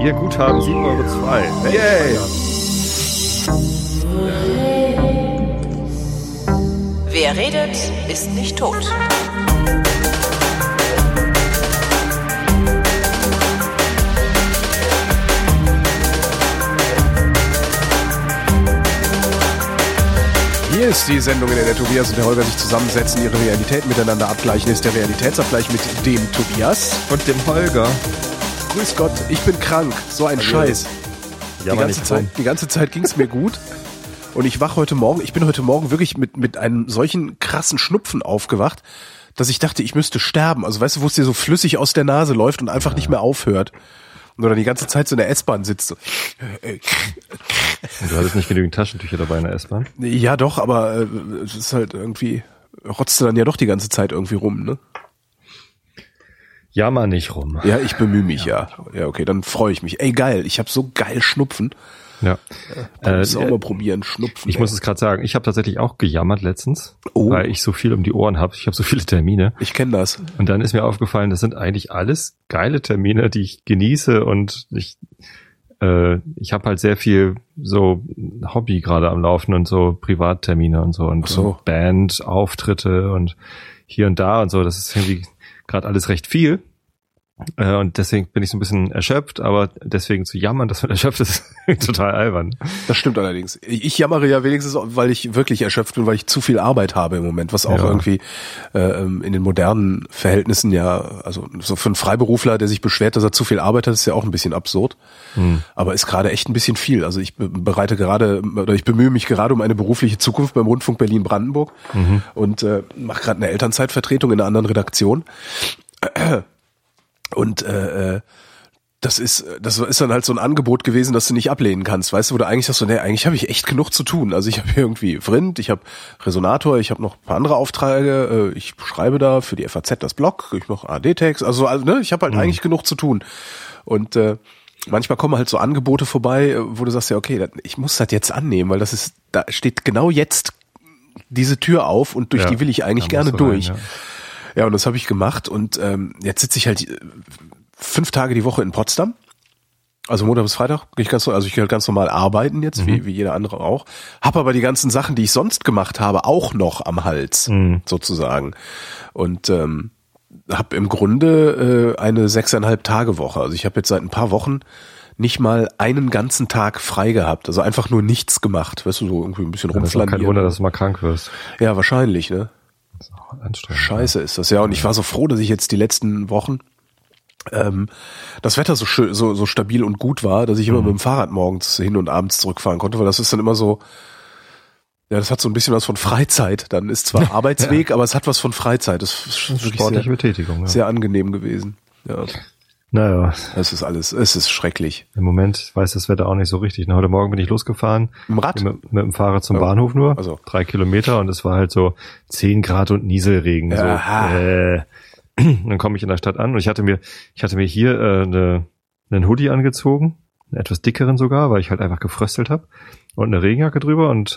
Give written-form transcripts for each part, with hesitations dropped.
Guthaben 7,02 €. Yay! Wer redet, ist nicht tot. Hier ist die Sendung, in der Tobias und der Holger sich zusammensetzen, ihre Realität miteinander abgleichen. Hier ist der Realitätsabgleich mit dem Tobias. Und dem Holger. Grüß Gott, ich bin krank. So ein Scheiß. Die ganze Zeit ging's mir gut. Und ich bin heute Morgen wirklich mit einem solchen krassen Schnupfen aufgewacht, dass ich dachte, ich müsste sterben. Also weißt du, wo es dir so flüssig aus der Nase läuft und einfach nicht mehr aufhört. Und dann die ganze Zeit so in der S-Bahn sitzt. So. Und du hattest nicht genügend Taschentücher dabei in der S-Bahn? Ja doch, aber es ist halt irgendwie, rotzt du dann ja doch die ganze Zeit irgendwie rum, ne? Jammer nicht rum. Ja, ich bemühe mich, ja. Ja, okay, dann freue ich mich. Ey, geil, ich habe so geil Schnupfen. Ja. Muss auch mal probieren, Schnupfen. Ich muss es gerade sagen, ich habe tatsächlich auch gejammert letztens, weil ich so viel um die Ohren habe. Ich habe so viele Termine. Ich kenne das. Und dann ist mir aufgefallen, das sind eigentlich alles geile Termine, die ich genieße, und ich habe halt sehr viel so Hobby gerade am Laufen und so Privattermine und so und Bandauftritte und hier und da und so. Das ist irgendwie gerade alles recht viel. Und deswegen bin ich so ein bisschen erschöpft, aber deswegen zu jammern, dass man erschöpft ist, total albern. Das stimmt allerdings. Ich jammere ja wenigstens, weil ich wirklich erschöpft bin, weil ich zu viel Arbeit habe im Moment, was auch irgendwie in den modernen Verhältnissen also so für einen Freiberufler, der sich beschwert, dass er zu viel Arbeit hat, ist ja auch ein bisschen absurd. Aber ist gerade echt ein bisschen viel. Also ich bemühe mich gerade um eine berufliche Zukunft beim Rundfunk Berlin-Brandenburg und mache gerade eine Elternzeitvertretung in einer anderen Redaktion. Und das ist dann halt so ein Angebot gewesen, das du nicht ablehnen kannst, weißt du, wo du eigentlich sagst, eigentlich habe ich echt genug zu tun. Also ich habe irgendwie Vrind, ich habe Resonator, ich habe noch ein paar andere Aufträge, ich schreibe da für die FAZ das Blog, ich mache AD-Text, also ne, ich habe halt eigentlich genug zu tun. Und manchmal kommen halt so Angebote vorbei, wo du sagst, ja okay, ich muss das jetzt annehmen, weil da steht genau jetzt diese Tür auf und durch die will ich eigentlich gerne durch. Ja, und das habe ich gemacht und jetzt sitze ich halt 5 Tage die Woche in Potsdam. Also Montag bis Freitag gehe ich halt ganz normal arbeiten jetzt, wie jeder andere auch. Hab aber die ganzen Sachen, die ich sonst gemacht habe, auch noch am Hals, sozusagen. Und habe im Grunde eine 6,5 Tage Woche. Also ich habe jetzt seit ein paar Wochen nicht mal einen ganzen Tag frei gehabt. Also einfach nur nichts gemacht. Weißt du, so irgendwie ein bisschen rumflanieren. Das ist kein Wunder, dass du mal krank wirst. Ja, wahrscheinlich, ne? Das ist auch anstrengend. Scheiße ist das, ja. Und ich war so froh, dass ich jetzt die letzten Wochen das Wetter so schön, so stabil und gut war, dass ich immer mit dem Fahrrad morgens hin und abends zurückfahren konnte, weil das ist dann immer so, ja, das hat so ein bisschen was von Freizeit. Dann ist zwar Arbeitsweg, aber es hat was von Freizeit. Das ist wirklich sportliche Betätigung, sehr angenehm gewesen. Ja. Naja. Es ist schrecklich. Im Moment weiß das Wetter auch nicht so richtig. Heute Morgen bin ich losgefahren. Im Rad? Mit dem Fahrrad zum Bahnhof nur. Also 3 Kilometer, und es war halt so 10 Grad und Nieselregen. So. Dann komme ich in der Stadt an, und ich hatte mir hier einen Hoodie angezogen, einen etwas dickeren sogar, weil ich halt einfach gefröstelt habe, und eine Regenjacke drüber, und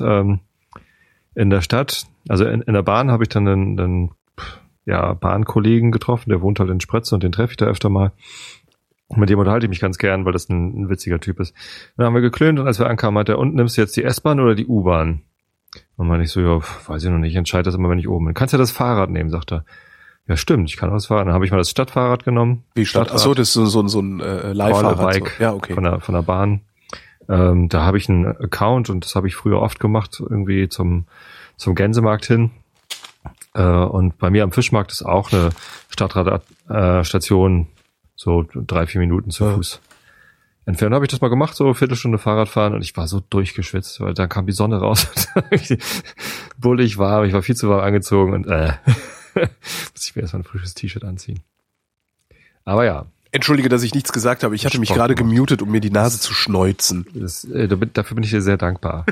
in der Stadt, also in der Bahn, habe ich dann einen Bahnkollegen getroffen, der wohnt halt in Spretze, und den treffe ich da öfter mal. Mit dem unterhalte ich mich ganz gern, weil das ein witziger Typ ist. Dann haben wir geklönt, und als wir ankamen, meinte er, und nimmst du jetzt die S-Bahn oder die U-Bahn? Und meinte ich so, ja, weiß ich noch nicht, ich entscheide das immer, wenn ich oben bin. Kannst ja das Fahrrad nehmen, sagt er. Ja, stimmt, ich kann auch das Fahrrad. Dann habe ich mal das Stadtfahrrad genommen. Wie Stadtrad? Achso, das ist so ein Leihfahrrad. So. Ja, okay. Von der Bahn. Da habe ich einen Account, und das habe ich früher oft gemacht, irgendwie zum Gänsemarkt hin. Und bei mir am Fischmarkt ist auch eine Stadtradstation, so 3-4 Minuten zu Fuß entfernt. Habe ich das mal gemacht, so 1/4 Fahrrad fahren, und ich war so durchgeschwitzt, weil da kam die Sonne raus. Bullig warm, ich war viel zu warm angezogen, und muss ich mir erstmal ein frisches T-Shirt anziehen. Aber ja. Entschuldige, dass ich nichts gesagt habe. Ich hatte mich gerade gemutet, um mir die Nase zu schneuzen. Dafür bin ich dir sehr dankbar.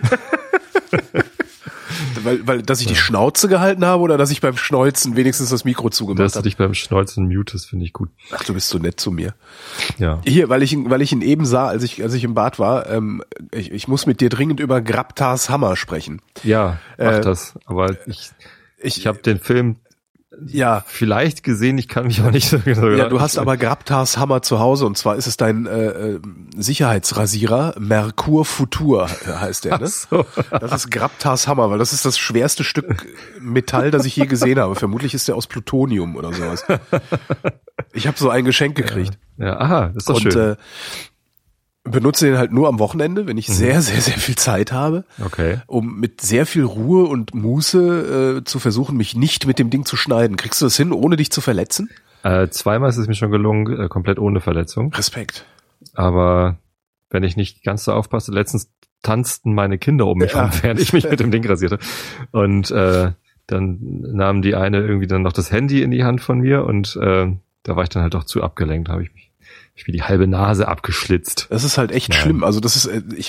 Weil, dass ich die Schnauze gehalten habe, oder dass ich beim Schneuzen wenigstens das Mikro zugemacht habe? Dass du dich beim Schneuzen mutest, finde ich gut. Ach, du bist so nett zu mir. Ja. Hier, weil ich ihn eben sah, als ich im Bad war, ich muss mit dir dringend über Grabtars Hammer sprechen. Ja, mach das. Aber ich habe den Film Ja. Vielleicht gesehen, ich kann mich auch nicht so genau. Ja, du hast aber Graptars Hammer zu Hause und zwar ist es dein Sicherheitsrasierer, Merkur Futur heißt der, ne? Ach so. Das ist Graptars Hammer, weil das ist das schwerste Stück Metall, das ich je gesehen habe. Vermutlich ist der aus Plutonium oder sowas. Ich habe so ein Geschenk gekriegt. Ja, aha, das ist doch schön. Benutze den halt nur am Wochenende, wenn ich sehr, sehr, sehr viel Zeit habe. Okay. Um mit sehr viel Ruhe und Muße zu versuchen, mich nicht mit dem Ding zu schneiden. Kriegst du das hin, ohne dich zu verletzen? Zweimal ist es mir schon gelungen, komplett ohne Verletzung. Respekt. Aber wenn ich nicht ganz so aufpasse, letztens tanzten meine Kinder um mich rum, während ich mich mit dem Ding rasierte. Und dann nahm die eine irgendwie dann noch das Handy in die Hand von mir und da war ich dann halt doch zu abgelenkt, habe ich mich wie die halbe Nase abgeschlitzt. Das ist halt echt schlimm. Also das ist,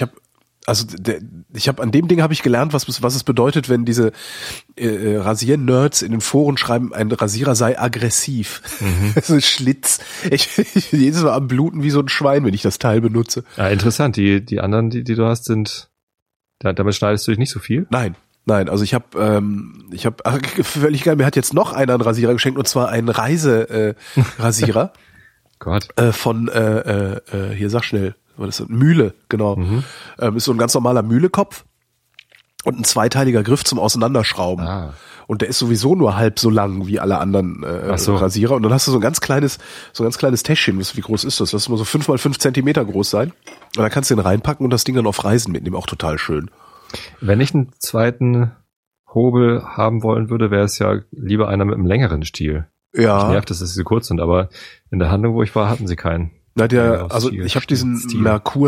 an dem Ding habe ich gelernt, was es bedeutet, wenn diese Rasier-Nerds in den Foren schreiben, ein Rasierer sei aggressiv. So ein Schlitz. Ich jedes Mal am Bluten wie so ein Schwein, wenn ich das Teil benutze. Ja, interessant. Die anderen, die du hast, damit schneidest du dich nicht so viel? Nein, also ich habe völlig geil, mir hat jetzt noch einer einen Rasierer geschenkt und zwar einen Reiserasierer. Gott. Von hier sag schnell, was ist das? Mühle, genau. Ist so ein ganz normaler Mühlekopf und ein zweiteiliger Griff zum Auseinanderschrauben. Ah. Und der ist sowieso nur halb so lang wie alle anderen Rasierer. Und dann hast du so ein ganz kleines Täschchen. Wie groß ist das? Das muss so 5 mal 5 Zentimeter groß sein. Und da kannst du den reinpacken und das Ding dann auf Reisen mitnehmen. Auch total schön. Wenn ich einen zweiten Hobel haben wollen würde, wäre es ja lieber einer mit einem längeren Stiel. Ja. Ich nervt, dass sie so kurz sind, aber in der Handlung, wo ich war, hatten sie keinen. Na, ich habe diesen Merkur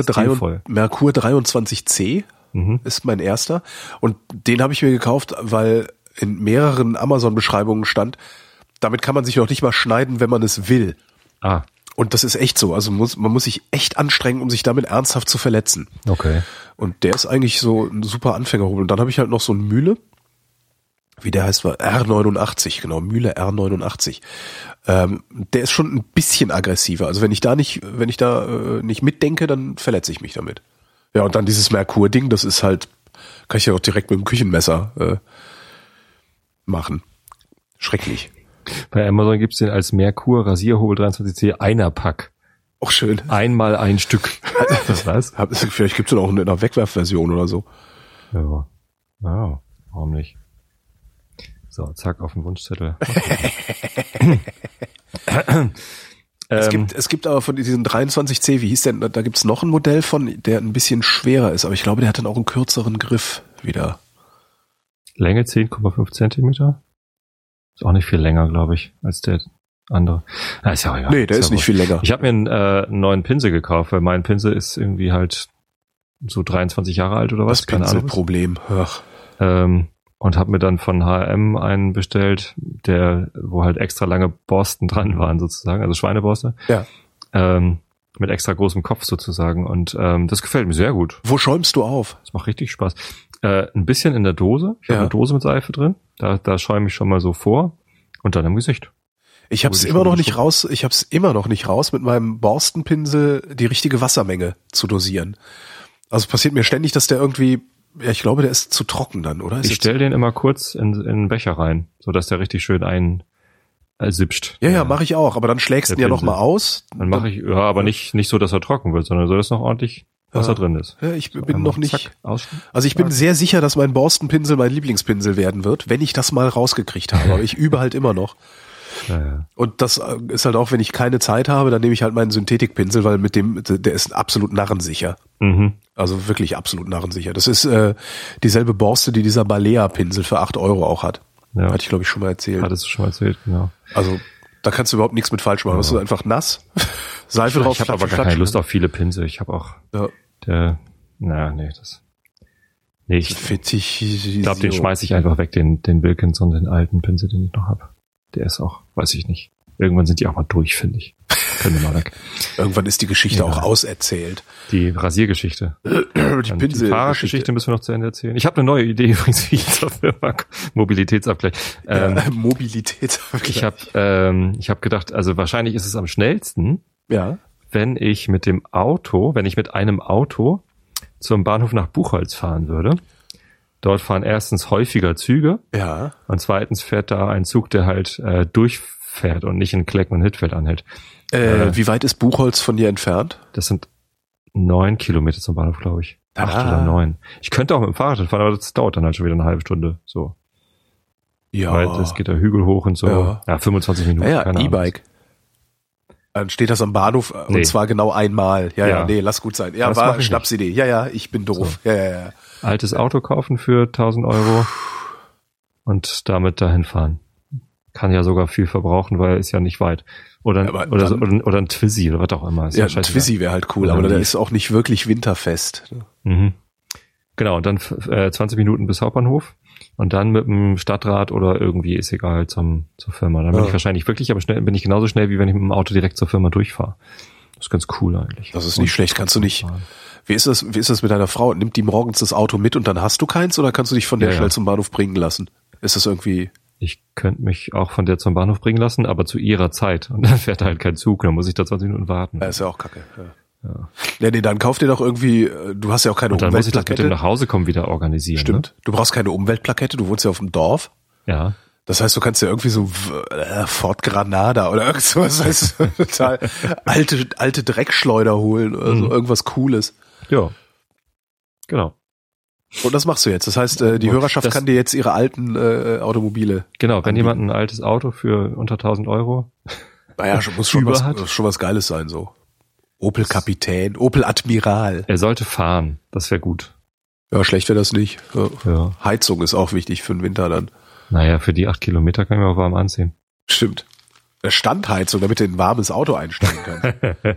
23C, ist mein erster. Und den habe ich mir gekauft, weil in mehreren Amazon-Beschreibungen stand, damit kann man sich noch nicht mal schneiden, wenn man es will. Ah. Und das ist echt so. Also man muss sich echt anstrengen, um sich damit ernsthaft zu verletzen. Okay. Und der ist eigentlich so ein super Anfängerhobel. Und dann habe ich halt noch so einen Mühle. Wie der heißt, war R89, genau, Mühle R89. Der ist schon ein bisschen aggressiver. Also wenn ich da nicht mitdenke, dann verletze ich mich damit. Ja, und dann dieses Merkur-Ding, das ist halt, kann ich ja auch direkt mit dem Küchenmesser machen. Schrecklich. Bei Amazon gibt's den als Merkur Rasierhobel 23C Einer-Pack. Auch schön. Einmal ein Stück. Das war's. Vielleicht gibt's den auch in einer Wegwerfversion oder so. Ja. Wow. Warum nicht? So, zack, auf den Wunschzettel. Es gibt aber von diesen 23C, wie hieß denn, da gibt's noch ein Modell von, der ein bisschen schwerer ist, aber ich glaube, der hat dann auch einen kürzeren Griff wieder. Länge 10,5 Zentimeter? Ist auch nicht viel länger, glaube ich, als der andere. Na, ist ja auch egal. Nee, der ist nicht viel länger. Ich habe mir einen neuen Pinsel gekauft, weil mein Pinsel ist irgendwie halt so 23 Jahre alt oder was. Das Pinselproblem. Und habe mir dann von H&M einen bestellt, wo halt extra lange Borsten dran waren sozusagen, also Schweineborste. Ja. Mit extra großem Kopf sozusagen und das gefällt mir sehr gut. Wo schäumst du auf? Das macht richtig Spaß. Ein bisschen in der Dose. Ich habe eine Dose mit Seife drin. Da schäume ich schon mal so vor und dann im Gesicht. Ich habe es immer noch nicht raus. Ich habe es immer noch nicht raus, mit meinem Borstenpinsel die richtige Wassermenge zu dosieren. Also es passiert mir ständig, dass der irgendwie, ja, ich glaube, der ist zu trocken dann, oder? Ich stelle den immer kurz in einen Becher rein, sodass der richtig schön einsipscht. Ja, mache ich auch. Aber dann schlägst du ihn ja noch mal aus. Dann mache ich, ja, aber nicht so, dass er trocken wird, sondern so, dass noch ordentlich Wasser drin ist. Ja, ich bin noch nicht. Also ich bin sehr sicher, dass mein Borstenpinsel mein Lieblingspinsel werden wird, wenn ich das mal rausgekriegt habe. Aber ich übe halt immer noch. Ja. Und das ist halt auch, wenn ich keine Zeit habe, dann nehme ich halt meinen Synthetikpinsel, weil der ist absolut narrensicher. Also wirklich absolut narrensicher. Das ist dieselbe Borste, die dieser Balea-Pinsel für 8 € auch hat. Ja. Hatte ich, glaube ich, schon mal erzählt. Hattest du schon mal erzählt, genau. Also da kannst du überhaupt nichts mit falsch machen. Das ist einfach nass, Seife drauf. Ich habe aber gar keine Lust auf viele Pinsel. Ich habe auch ich glaube, den schmeiße ich einfach weg, den Wilkinson, den alten Pinsel, den ich noch habe. Der ist auch, weiß ich nicht. Irgendwann sind die auch mal durch, finde ich. Können wir mal weg. Irgendwann ist die Geschichte auch auserzählt. Die Rasiergeschichte. Die Pinsel. Die Fahrradgeschichte müssen wir noch zu Ende erzählen. Ich habe eine neue Idee übrigens, wie ich zur Firma Mobilitätsabgleich. Mobilitätsabgleich. Ich hab gedacht, also wahrscheinlich ist es am schnellsten, wenn ich mit einem Auto zum Bahnhof nach Buchholz fahren würde. dort fahren erstens häufiger Züge. Ja. Und zweitens fährt da ein Zug, der halt durchfährt und nicht in Klecken und Hittfeld anhält. Wie weit ist Buchholz von dir entfernt? Das sind 9 Kilometer zum Bahnhof, glaube ich. 8 oder 9. Ich könnte auch mit dem Fahrrad fahren, aber das dauert dann halt schon wieder eine halbe Stunde. So. Ja. Weil das geht der Hügel hoch und so. Ja, 25 Minuten. Ja, E-Bike. Dann steht das am Bahnhof und zwar genau einmal. Ja, nee, lass gut sein. Ja, das war Schnapsidee. Ja, ich bin doof. So. Ja. Altes Auto kaufen für 1.000 Euro und damit dahin fahren. Kann ja sogar viel verbrauchen, weil ist ja nicht weit. Oder ein Twizy oder was auch immer. Ist ja, ein Twizy wäre halt cool, aber der ist auch nicht wirklich winterfest. Mhm. Genau, und dann 20 Minuten bis Hauptbahnhof und dann mit dem Stadtrat oder irgendwie, ist egal, zur Firma. Dann bin ich wahrscheinlich wirklich, aber bin ich genauso schnell, wie wenn ich mit dem Auto direkt zur Firma durchfahre. Das ist ganz cool eigentlich. Das ist nicht schlecht, kannst du nicht. Wie ist das mit deiner Frau? Nimmt die morgens das Auto mit und dann hast du keins oder kannst du dich von der schnell zum Bahnhof bringen lassen? Ist das irgendwie... Ich könnte mich auch von der zum Bahnhof bringen lassen, aber zu ihrer Zeit. Und dann fährt halt kein Zug, dann muss ich da 20 Minuten warten. Ja, ist ja auch kacke. Ja. Nee, dann kauf dir doch irgendwie, du hast ja auch keine Umweltplakette. Dann muss ich das mit dem nach Hause kommen wieder organisieren. Stimmt. Ne? Du brauchst keine Umweltplakette, du wohnst ja auf dem Dorf. Ja. Das heißt, du kannst ja irgendwie so Ford Granada oder irgend sowas, heißt total alte Dreckschleuder holen oder so, irgendwas Cooles. Ja. Genau. Und das machst du jetzt. Das heißt, die Hörerschaft kann dir jetzt ihre alten Automobile Genau, wenn jemand ein altes Auto für unter 1.000 Euro naja, muss schon was Geiles sein, so. Opel Kapitän, Opel Admiral. Er sollte fahren, das wäre gut. Ja, schlecht wäre das nicht. Ja. Heizung ist auch wichtig für den Winter dann. Naja, für die 8 Kilometer kann ich mir auch warm anziehen. Stimmt. Standheizung, damit du in ein warmes Auto einsteigen kannst.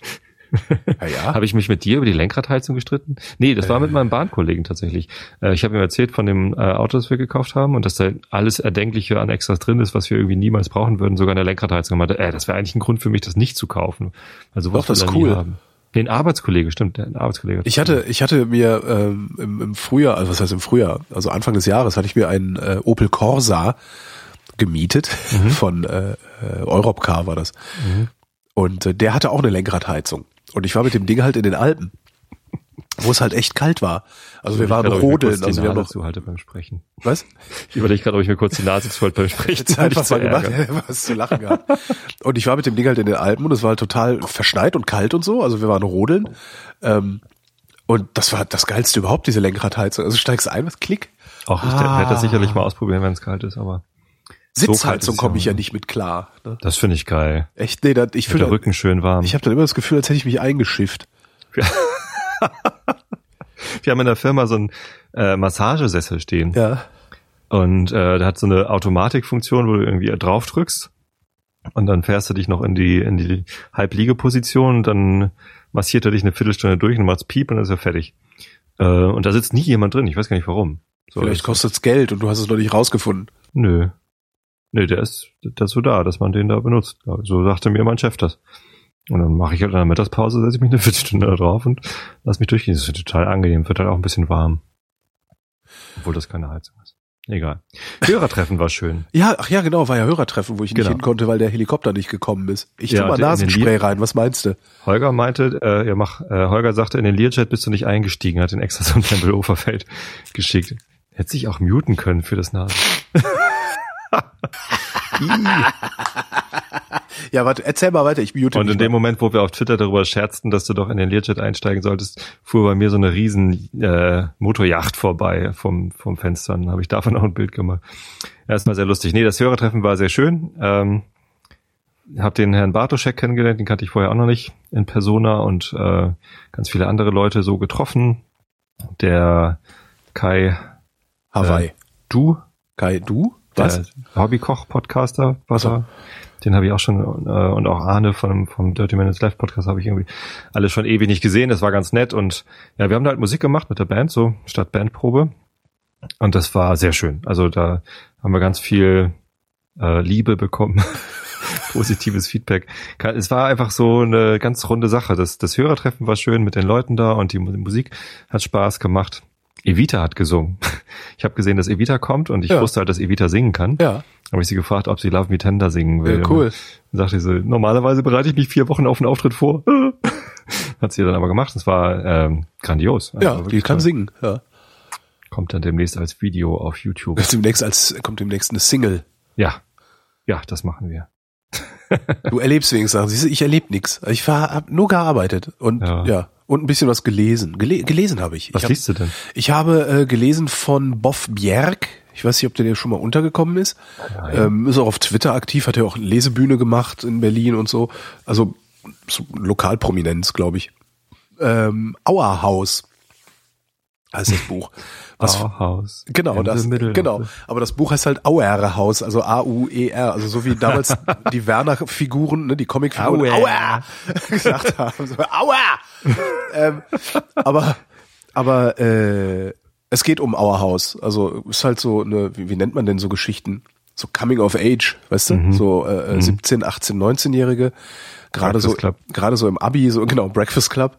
Ja. Habe ich mich mit dir über die Lenkradheizung gestritten? Nee, das war mit meinem Bahnkollegen tatsächlich. Ich habe ihm erzählt von dem Auto, das wir gekauft haben und dass da alles Erdenkliche an Extras drin ist, was wir irgendwie niemals brauchen würden, sogar eine Lenkradheizung. Und meinte, das wäre eigentlich ein Grund für mich, das nicht zu kaufen. Also doch, das ist cool. Haben. Den Arbeitskollege, stimmt, der Arbeitskollege. Ich hatte mir im Frühjahr, also was heißt im Frühjahr, also Anfang des Jahres hatte ich mir einen Opel Corsa gemietet von Europcar war das. Und der hatte auch eine Lenkradheizung. Und ich war mit dem Ding halt in den Alpen, wo es halt echt kalt war. Also wir waren rodeln. Also wir haben noch zuhalte beim Sprechen. Was? Ich überlege gerade, ob ich mir kurz die Nase zuhalte beim Sprechen. Jetzt einfach mal gemacht, was zu lachen gehabt. Und ich war mit dem Ding halt in den Alpen und es war halt total verschneit und kalt und so. Also wir waren rodeln. Und das war das Geilste überhaupt, diese Lenkradheizung. Also steigst ein, was klick. Auch ich werde das sicherlich mal ausprobieren, wenn es kalt ist, aber Sitzheizung komme ich ja nicht mit klar. Ne? Das finde ich geil. Echt? Nee, ich fühle der Rücken schön warm. Ich habe dann immer das Gefühl, als hätte ich mich eingeschifft. Wir haben in der Firma so einen Massagesessel stehen. Ja. Und der hat so eine Automatikfunktion, wo du irgendwie drauf drückst und dann fährst du dich noch in die Halbliegeposition und dann massiert er dich eine Viertelstunde durch und machst Piep und dann ist er fertig. Und da sitzt nie jemand drin, ich weiß gar nicht warum. So, vielleicht kostet's Geld und du hast es noch nicht rausgefunden. Nö, der ist dazu da, dass man den da benutzt. So sagte mir mein Chef das. Und dann mache ich halt in der Mittagspause, setze ich mich eine Viertelstunde da drauf und lass mich durchgehen. Das ist total angenehm, wird halt auch ein bisschen warm. Obwohl das keine Heizung ist. Egal. Hörertreffen war schön. Ja, ach ja, genau, war ja Hörertreffen, wo ich nicht hin konnte, weil der Helikopter nicht gekommen ist. Ich tue mal Nasenspray rein, was meinst du? Holger meinte, Holger sagte, in den Learjet bist du nicht eingestiegen, hat den extra so ein Tempelhoferfeld geschickt. Hätte sich auch muten können für das Nasen. Ja, warte, erzähl mal weiter, ich mute. Und in dem Moment, wo wir auf Twitter darüber scherzten, dass du doch in den Learjet einsteigen solltest, fuhr bei mir so eine riesen Motorjacht vorbei vom Fenster. Dann habe ich davon auch ein Bild gemacht. Erstmal sehr lustig. Nee, das Hörertreffen war sehr schön. Hab den Herrn Bartoschek kennengelernt, den kannte ich vorher auch noch nicht in Persona und ganz viele andere Leute so getroffen. Der Kai Hawaii. Kai Du? Was? Der Hobbykoch-Podcaster, den habe ich auch schon, und auch Arne vom Dirty Minutes Live Podcast habe ich irgendwie alles schon ewig nicht gesehen. Das war ganz nett und ja, wir haben da halt Musik gemacht mit der Band, so statt Bandprobe. Und das war sehr schön. Also da haben wir ganz viel Liebe bekommen, positives Feedback. Es war einfach so eine ganz runde Sache. Das Hörertreffen war schön mit den Leuten da und die Musik hat Spaß gemacht. Evita hat gesungen. Ich habe gesehen, dass Evita kommt und ich wusste halt, dass Evita singen kann. Ja. Habe ich sie gefragt, ob sie Love Me Tender singen will. Ja, cool. Dann sagte sie, normalerweise bereite ich mich 4 Wochen auf einen Auftritt vor. Hat sie dann aber gemacht. Das war grandios. Ja, die kann singen. Ja. Kommt dann demnächst als Video auf YouTube. Kommt demnächst eine Single. Ja, das machen wir. Du erlebst wenigstens Sachen. Siehst du, ich erlebe nichts. Ich hab nur gearbeitet und und ein bisschen was gelesen. Gelesen habe ich. Was liest du denn? Ich habe gelesen von Boff Bjerg. Ich weiß nicht, ob der dir schon mal untergekommen ist. Ja. Ist auch auf Twitter aktiv, hat ja auch eine Lesebühne gemacht in Berlin und so. Also so Lokalprominenz, glaube ich. Auerhaus heißt das Buch. Auerhaus. Genau, genau. Aber das Buch heißt halt Auerhaus, also A-U-E-R, also so wie damals die Werner-Figuren, ne, die Comicfiguren Auer gesagt haben. So, Auer! Aber es geht um Auerhaus. Also ist halt so eine, wie nennt man denn so Geschichten? So Coming of Age, weißt du? So 17, 18, 19-Jährige, gerade so im Abi, so genau, Breakfast Club.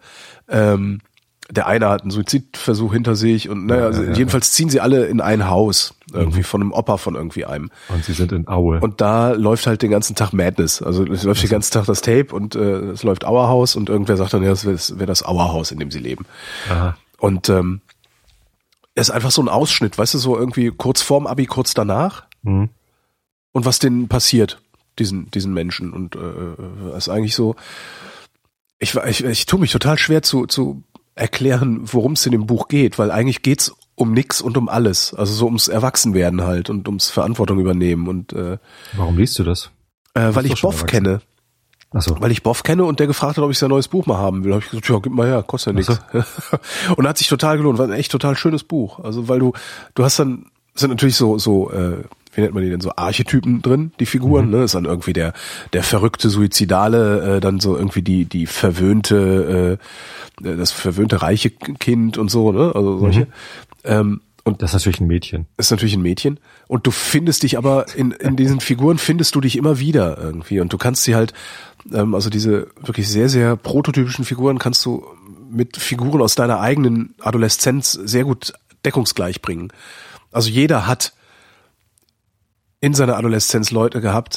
Der eine hat einen Suizidversuch hinter sich und jedenfalls ziehen sie alle in ein Haus, irgendwie von einem Opa von irgendwie einem. Und sie sind in Aue. Und da läuft halt den ganzen Tag Madness. Also es läuft den ganzen Tag das Tape und es läuft Auerhaus und irgendwer sagt dann, ja, das wäre das Auerhaus, in dem sie leben. Aha. Und es ist einfach so ein Ausschnitt, weißt du, so irgendwie kurz vorm Abi, kurz danach. Und was denen passiert, diesen Menschen. Und ist eigentlich so, ich tue mich total schwer zu erklären, worum es in dem Buch geht, weil eigentlich geht's um nix und um alles. Also so ums Erwachsenwerden halt und ums Verantwortung übernehmen. Und warum liest du das? Weil ich Boff kenne. Ach so. Weil ich Boff kenne und der gefragt hat, ob ich sein neues Buch mal haben will. Da habe ich gesagt, ja, gib mal her, kostet ja nichts. So. Und hat sich total gelohnt. War ein echt total schönes Buch. Also weil du hast dann, sind natürlich so wie nennt man die denn, so Archetypen drin, die Figuren, ne? Ist dann irgendwie der verrückte Suizidale, dann so irgendwie die verwöhnte, das verwöhnte reiche Kind und so, ne? Also solche. Und das ist natürlich ein Mädchen. Ist natürlich ein Mädchen. Und du findest dich aber in diesen Figuren findest du dich immer wieder irgendwie. Und du kannst sie halt, also diese wirklich sehr, sehr prototypischen Figuren kannst du mit Figuren aus deiner eigenen Adoleszenz sehr gut deckungsgleich bringen. Also jeder hat in seiner Adoleszenz Leute gehabt,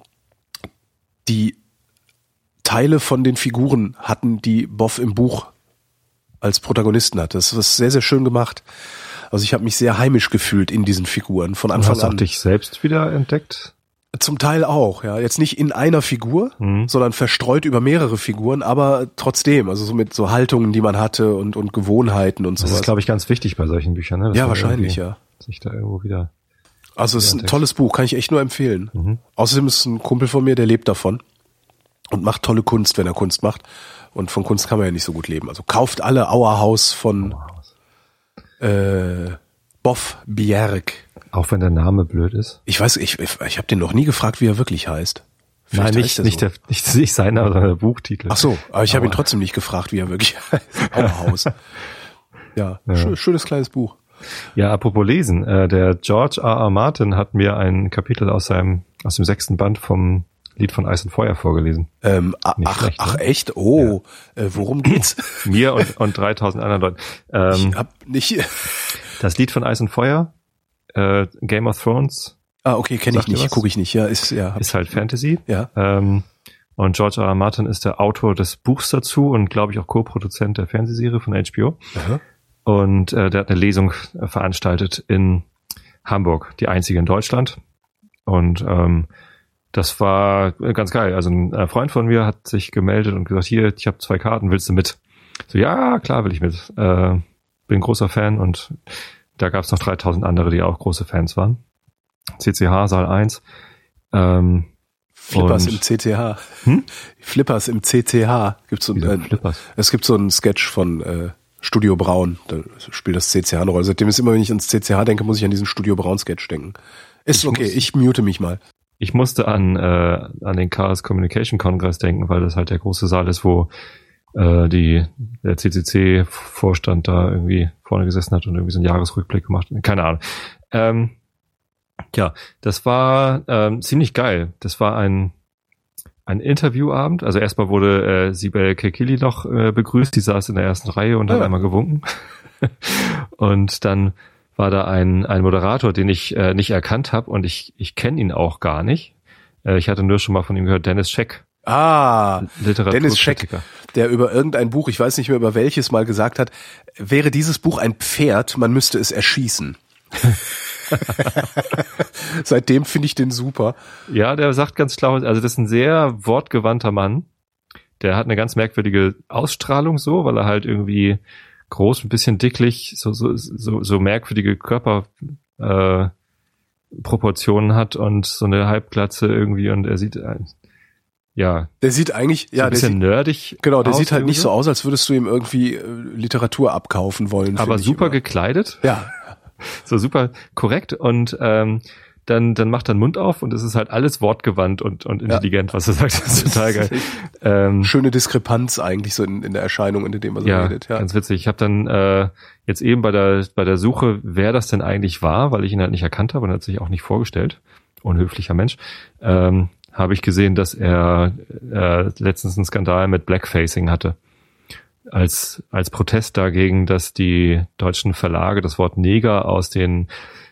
die Teile von den Figuren hatten, die Boff im Buch als Protagonisten hatte. Das ist sehr, sehr schön gemacht. Also ich habe mich sehr heimisch gefühlt in diesen Figuren von Anfang an. Hast du auch dich selbst wieder entdeckt? Zum Teil auch, ja. Jetzt nicht in einer Figur, sondern verstreut über mehrere Figuren, aber trotzdem, also so mit so Haltungen, die man hatte und Gewohnheiten und sowas. Das ist, glaube ich, ganz wichtig bei solchen Büchern, ne? Ja, wahrscheinlich, ja. Sich da irgendwo wieder. Also es ist ein tolles Buch, kann ich echt nur empfehlen. Außerdem ist es ein Kumpel von mir, der lebt davon und macht tolle Kunst, wenn er Kunst macht. Und von Kunst kann man ja nicht so gut leben. Also kauft alle Auerhaus von Boff Bjerg. Auch wenn der Name blöd ist? Ich weiß, ich habe den noch nie gefragt, wie er wirklich heißt. Vielleicht Nein, nicht seiner, sondern der Buchtitel. Ach so, aber ich habe ihn trotzdem nicht gefragt, wie er wirklich heißt. Auerhaus. Ja. Schönes kleines Buch. Ja, apropos Lesen, der George R.R. Martin hat mir ein Kapitel aus dem 6. Band vom Lied von Eis und Feuer vorgelesen. Ach echt? Oh, ja. Worum geht's? Mir und 3000 anderen Leuten. Ich hab nicht... Das Lied von Eis und Feuer, Game of Thrones. Ah, okay, kenne ich nicht, gucke ich nicht. Ja, ist halt Fantasy. Ja. Und George R.R. Martin ist der Autor des Buchs dazu und glaube ich auch Co-Produzent der Fernsehserie von HBO. Aha. Und der hat eine Lesung veranstaltet in Hamburg, die einzige in Deutschland. Und das war ganz geil. Also ein Freund von mir hat sich gemeldet und gesagt, hier, ich habe 2 Karten, willst du mit? So, ja, klar will ich mit. Bin großer Fan und da gab es noch 3000 andere, die auch große Fans waren. CCH, Saal 1. Flippers im CCH. Flippers im CCH. Es gibt so einen Sketch von Studio Braun, da spielt das CCH eine Rolle. Seitdem ist immer, wenn ich ans CCH denke, muss ich an diesen Studio Braun Sketch denken. Ist okay, ich mute mich mal. Ich musste an den Chaos Communication Kongress denken, weil das halt der große Saal ist, wo der CCC-Vorstand da irgendwie vorne gesessen hat und irgendwie so einen Jahresrückblick gemacht. Keine Ahnung. Ja, das war ziemlich geil. Das war ein Interviewabend. Also erstmal wurde Sibel Kekili noch begrüßt. Die saß in der ersten Reihe und hat einmal gewunken. Und dann war da ein Moderator, den ich nicht erkannt habe und ich kenne ihn auch gar nicht. Ich hatte nur schon mal von ihm gehört, Dennis Scheck. Dennis Scheck. der über irgendein Buch, ich weiß nicht mehr über welches, mal gesagt hat, wäre dieses Buch ein Pferd, man müsste es erschießen. Seitdem finde ich den super. Ja, der sagt ganz schlau, also das ist ein sehr wortgewandter Mann. Der hat eine ganz merkwürdige Ausstrahlung so, weil er halt irgendwie groß, ein bisschen dicklich, so merkwürdige Körperproportionen hat und so eine Halbglatze irgendwie und er sieht der sieht eigentlich so ein bisschen nerdig. Genau, der sieht halt nicht so aus, als würdest du ihm irgendwie Literatur abkaufen wollen. Aber super gekleidet. Ja. So super korrekt und dann macht er den Mund auf und es ist halt alles wortgewandt und intelligent, was er sagt. Das ist total geil. Schöne Diskrepanz eigentlich so in der Erscheinung, in dem er so redet. Ja, ganz witzig. Ich habe dann jetzt eben bei der Suche, wer das denn eigentlich war, weil ich ihn halt nicht erkannt habe und er hat sich auch nicht vorgestellt, unhöflicher Mensch, habe ich gesehen, dass er letztens einen Skandal mit Blackfacing hatte. Als Protest dagegen, dass die deutschen Verlage das Wort Neger aus den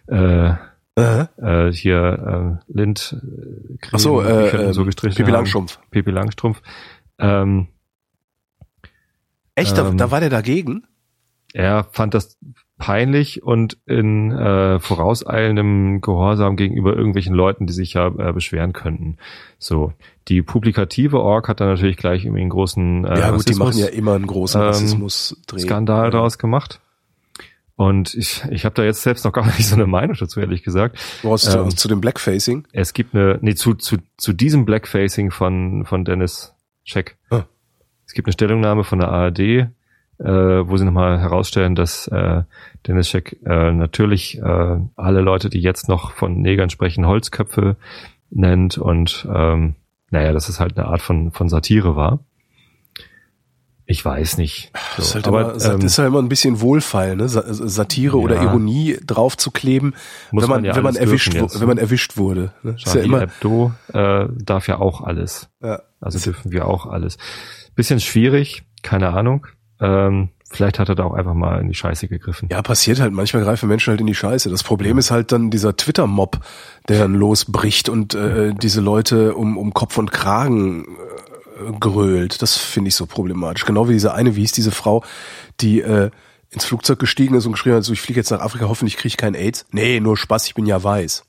Lind so gestrichen Pippi Langstrumpf. Pippi Langstrumpf. Echt? Da war der dagegen? Er fand das peinlich und in vorauseilendem Gehorsam gegenüber irgendwelchen Leuten, die sich ja beschweren könnten. So, die publikative Org hat dann natürlich gleich irgendwie einen großen die machen ja immer einen großen Rassismus-Skandal daraus gemacht. Und ich habe da jetzt selbst noch gar nicht so eine Meinung dazu, ehrlich gesagt. Zu dem Blackfacing? Es gibt zu diesem Blackfacing von Dennis Scheck. Ah. Es gibt eine Stellungnahme von der ARD, wo sie nochmal herausstellen, dass Dennis Scheck natürlich alle Leute, die jetzt noch von Negern sprechen, Holzköpfe nennt und dass es halt eine Art von Satire war. Ich weiß nicht. So, das ist halt immer ein bisschen Wohlfeil, ne? Satire oder Ironie draufzukleben, wenn man erwischt wurde. Ne? Charlie Hebdo darf ja auch alles. Ja. Also dürfen wir auch alles. Bisschen schwierig, keine Ahnung. Vielleicht hat er da auch einfach mal in die Scheiße gegriffen. Ja, passiert halt. Manchmal greifen Menschen halt in die Scheiße. Das Problem ist halt dann dieser Twitter-Mob, der dann losbricht und diese Leute um Kopf und Kragen grölt. Das finde ich so problematisch. Genau wie wie hieß diese Frau, die ins Flugzeug gestiegen ist und geschrieben hat, so, ich fliege jetzt nach Afrika, hoffentlich kriege ich keinen AIDS. Nee, nur Spaß, ich bin ja weiß.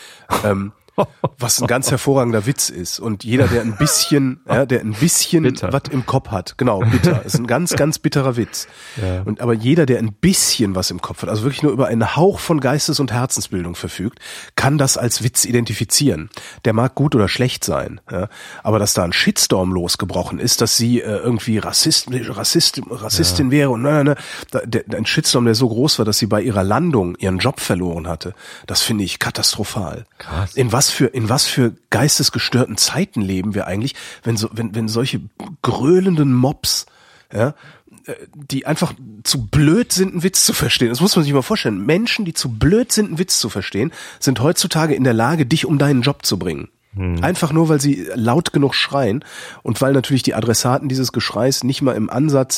Was ein ganz hervorragender Witz ist. Und jeder, der ein bisschen was im Kopf hat, genau, bitter, ist ein ganz, ganz bitterer Witz. Ja. Aber jeder, der ein bisschen was im Kopf hat, also wirklich nur über einen Hauch von Geistes- und Herzensbildung verfügt, kann das als Witz identifizieren. Der mag gut oder schlecht sein, ja. Aber dass da ein Shitstorm losgebrochen ist, dass sie irgendwie Rassistin wäre und ein Shitstorm, der so groß war, dass sie bei ihrer Landung ihren Job verloren hatte, das finde ich katastrophal. Krass. In was für geistesgestörten Zeiten leben wir eigentlich, wenn solche gröhlenden Mobs, ja, die einfach zu blöd sind, einen Witz zu verstehen. Das muss man sich mal vorstellen. Menschen, die zu blöd sind, einen Witz zu verstehen, sind heutzutage in der Lage, dich um deinen Job zu bringen. Einfach nur, weil sie laut genug schreien und weil natürlich die Adressaten dieses Geschreis nicht mal im Ansatz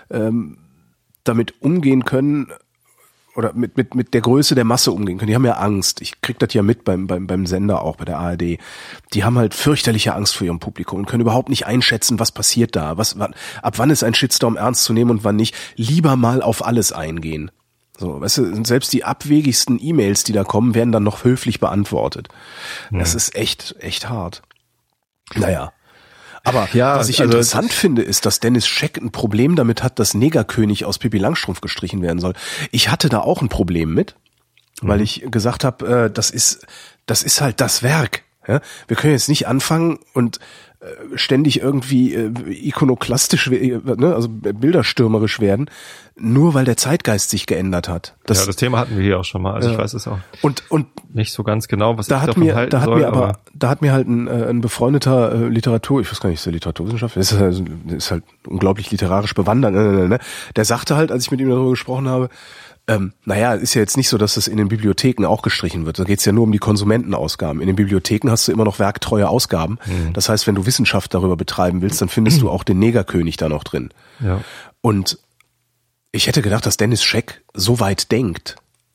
damit umgehen können, oder mit der Größe der Masse umgehen können. Die haben ja Angst. Ich krieg das ja mit beim Sender auch, bei der ARD. Die haben halt fürchterliche Angst vor ihrem Publikum und können überhaupt nicht einschätzen, was passiert da. Ab wann ist ein Shitstorm ernst zu nehmen und wann nicht. Lieber mal auf alles eingehen. So, weißt du, selbst die abwegigsten E-Mails, die da kommen, werden dann noch höflich beantwortet. Ja. Das ist echt hart. Naja. Aber was ich interessant finde, ist, dass Dennis Scheck ein Problem damit hat, dass Negerkönig aus Pippi Langstrumpf gestrichen werden soll. Ich hatte da auch ein Problem mit, weil ich gesagt habe, das ist halt das Werk. Ja? Wir können jetzt nicht anfangen und ständig irgendwie ikonoklastisch, also bilderstürmerisch werden, nur weil der Zeitgeist sich geändert hat. Das Thema hatten wir hier auch schon mal. Also ich weiß es auch und nicht so ganz genau, was da ich davon halten soll. Da hat mir halt ein befreundeter ich weiß gar nicht, ist der Literaturwissenschaftler, ist halt unglaublich literarisch bewandert, der sagte halt, als ich mit ihm darüber gesprochen habe, ist ja jetzt nicht so, dass das in den Bibliotheken auch gestrichen wird. Da geht's ja nur um die Konsumentenausgaben. In den Bibliotheken hast du immer noch werktreue Ausgaben. Das heißt, wenn du Wissenschaft darüber betreiben willst, dann findest du auch den Negerkönig da noch drin. Ja. Und ich hätte gedacht, dass Dennis Scheck so weit denkt.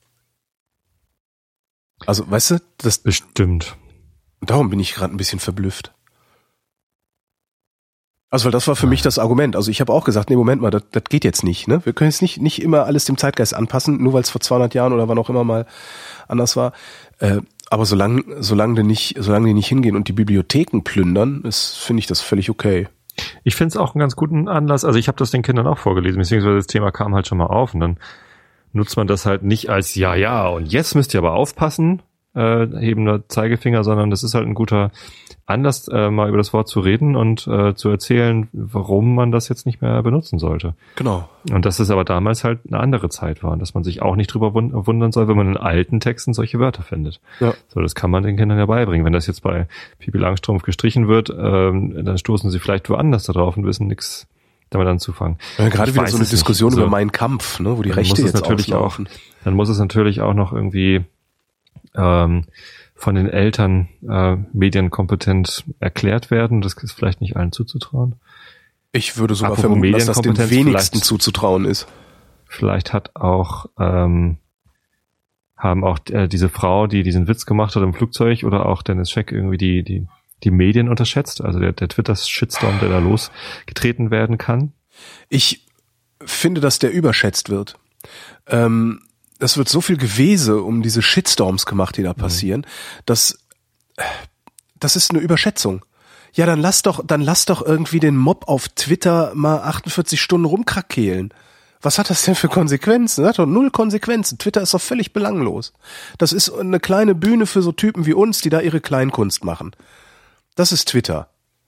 Also, weißt du, das bestimmt. Darum bin ich gerade ein bisschen verblüfft. Also weil das war für mich das Argument. Also ich habe auch gesagt, nee, Moment mal, das geht jetzt nicht. Ne? Wir können jetzt nicht immer alles dem Zeitgeist anpassen, nur weil es vor 200 Jahren oder wann auch immer mal anders war. Aber solange die nicht hingehen und die Bibliotheken plündern, finde ich das völlig okay. Ich finde es auch einen ganz guten Anlass. Also ich habe das den Kindern auch vorgelesen, beziehungsweise das Thema kam halt schon mal auf und dann nutzt man das halt nicht als ja und jetzt müsst ihr aber aufpassen, hebender Zeigefinger, sondern das ist halt ein guter Anlass, mal über das Wort zu reden und zu erzählen, warum man das jetzt nicht mehr benutzen sollte. Genau. Und dass es aber damals halt eine andere Zeit war und dass man sich auch nicht drüber wundern soll, wenn man in alten Texten solche Wörter findet. Ja. So, das kann man den Kindern ja beibringen. Wenn das jetzt bei Pippi Langstrumpf gestrichen wird, dann stoßen sie vielleicht woanders da drauf und wissen nichts damit anzufangen. Ja, gerade wieder so eine Diskussion über Mein Kampf, ne, wo die Rechte jetzt natürlich auslaufen. Dann muss es natürlich auch noch irgendwie von den Eltern medienkompetent erklärt werden. Das ist vielleicht nicht allen zuzutrauen. Ich würde sogar vermuten, dass das den wenigsten zuzutrauen ist. Vielleicht haben auch diese Frau, die diesen Witz gemacht hat im Flugzeug, oder auch Dennis Scheck irgendwie die Medien unterschätzt. Also der Twitter-Shitstorm, der da losgetreten werden kann. Ich finde, dass der überschätzt wird. Es wird so viel Gewese um diese Shitstorms gemacht, die da passieren, das ist eine Überschätzung. Ja, dann lass doch irgendwie den Mob auf Twitter mal 48 Stunden rumkrakehlen. Was hat das denn für Konsequenzen? Das hat doch 0 Konsequenzen. Twitter ist doch völlig belanglos. Das ist eine kleine Bühne für so Typen wie uns, die da ihre Kleinkunst machen. Das ist Twitter.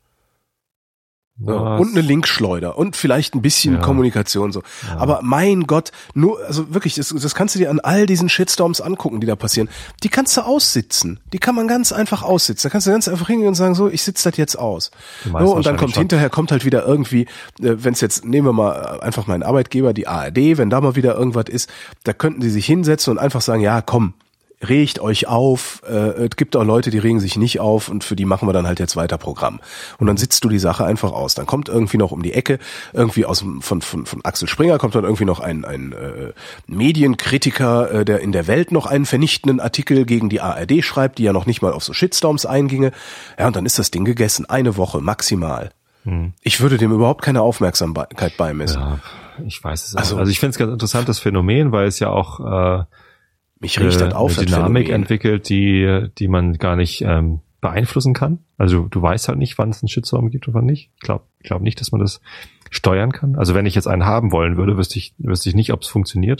Ja, und eine Linkschleuder und vielleicht ein bisschen Kommunikation so. Ja. Aber mein Gott, also wirklich, das kannst du dir an all diesen Shitstorms angucken, die da passieren. Die kannst du aussitzen. Die kann man ganz einfach aussitzen. Da kannst du ganz einfach hingehen und sagen, so, ich sitze das jetzt aus. So, und dann hinterher kommt halt wieder irgendwie, wenn es jetzt, nehmen wir mal einfach meinen Arbeitgeber, die ARD, wenn da mal wieder irgendwas ist, da könnten die sich hinsetzen und einfach sagen, ja, komm, regt euch auf, es gibt auch Leute, die regen sich nicht auf und für die machen wir dann halt jetzt weiter Programm. Und dann sitzt du die Sache einfach aus. Dann kommt irgendwie noch um die Ecke, irgendwie von Axel Springer kommt dann irgendwie noch ein Medienkritiker, der in der Welt noch einen vernichtenden Artikel gegen die ARD schreibt, die ja noch nicht mal auf so Shitstorms einginge. Ja, und dann ist das Ding gegessen. Eine Woche maximal. Ich würde dem überhaupt keine Aufmerksamkeit beimessen. Ja, ich weiß es auch. Also ich finde es ganz interessant, das Phänomen, weil es ja auch mich riecht das auf, eine Dynamik entwickelt, die man gar nicht beeinflussen kann. Also du weißt halt nicht, wann es einen Shitstorm gibt oder nicht. Ich glaube nicht, dass man das steuern kann. Also wenn ich jetzt einen haben wollen würde, wüsste ich nicht, ob es funktioniert,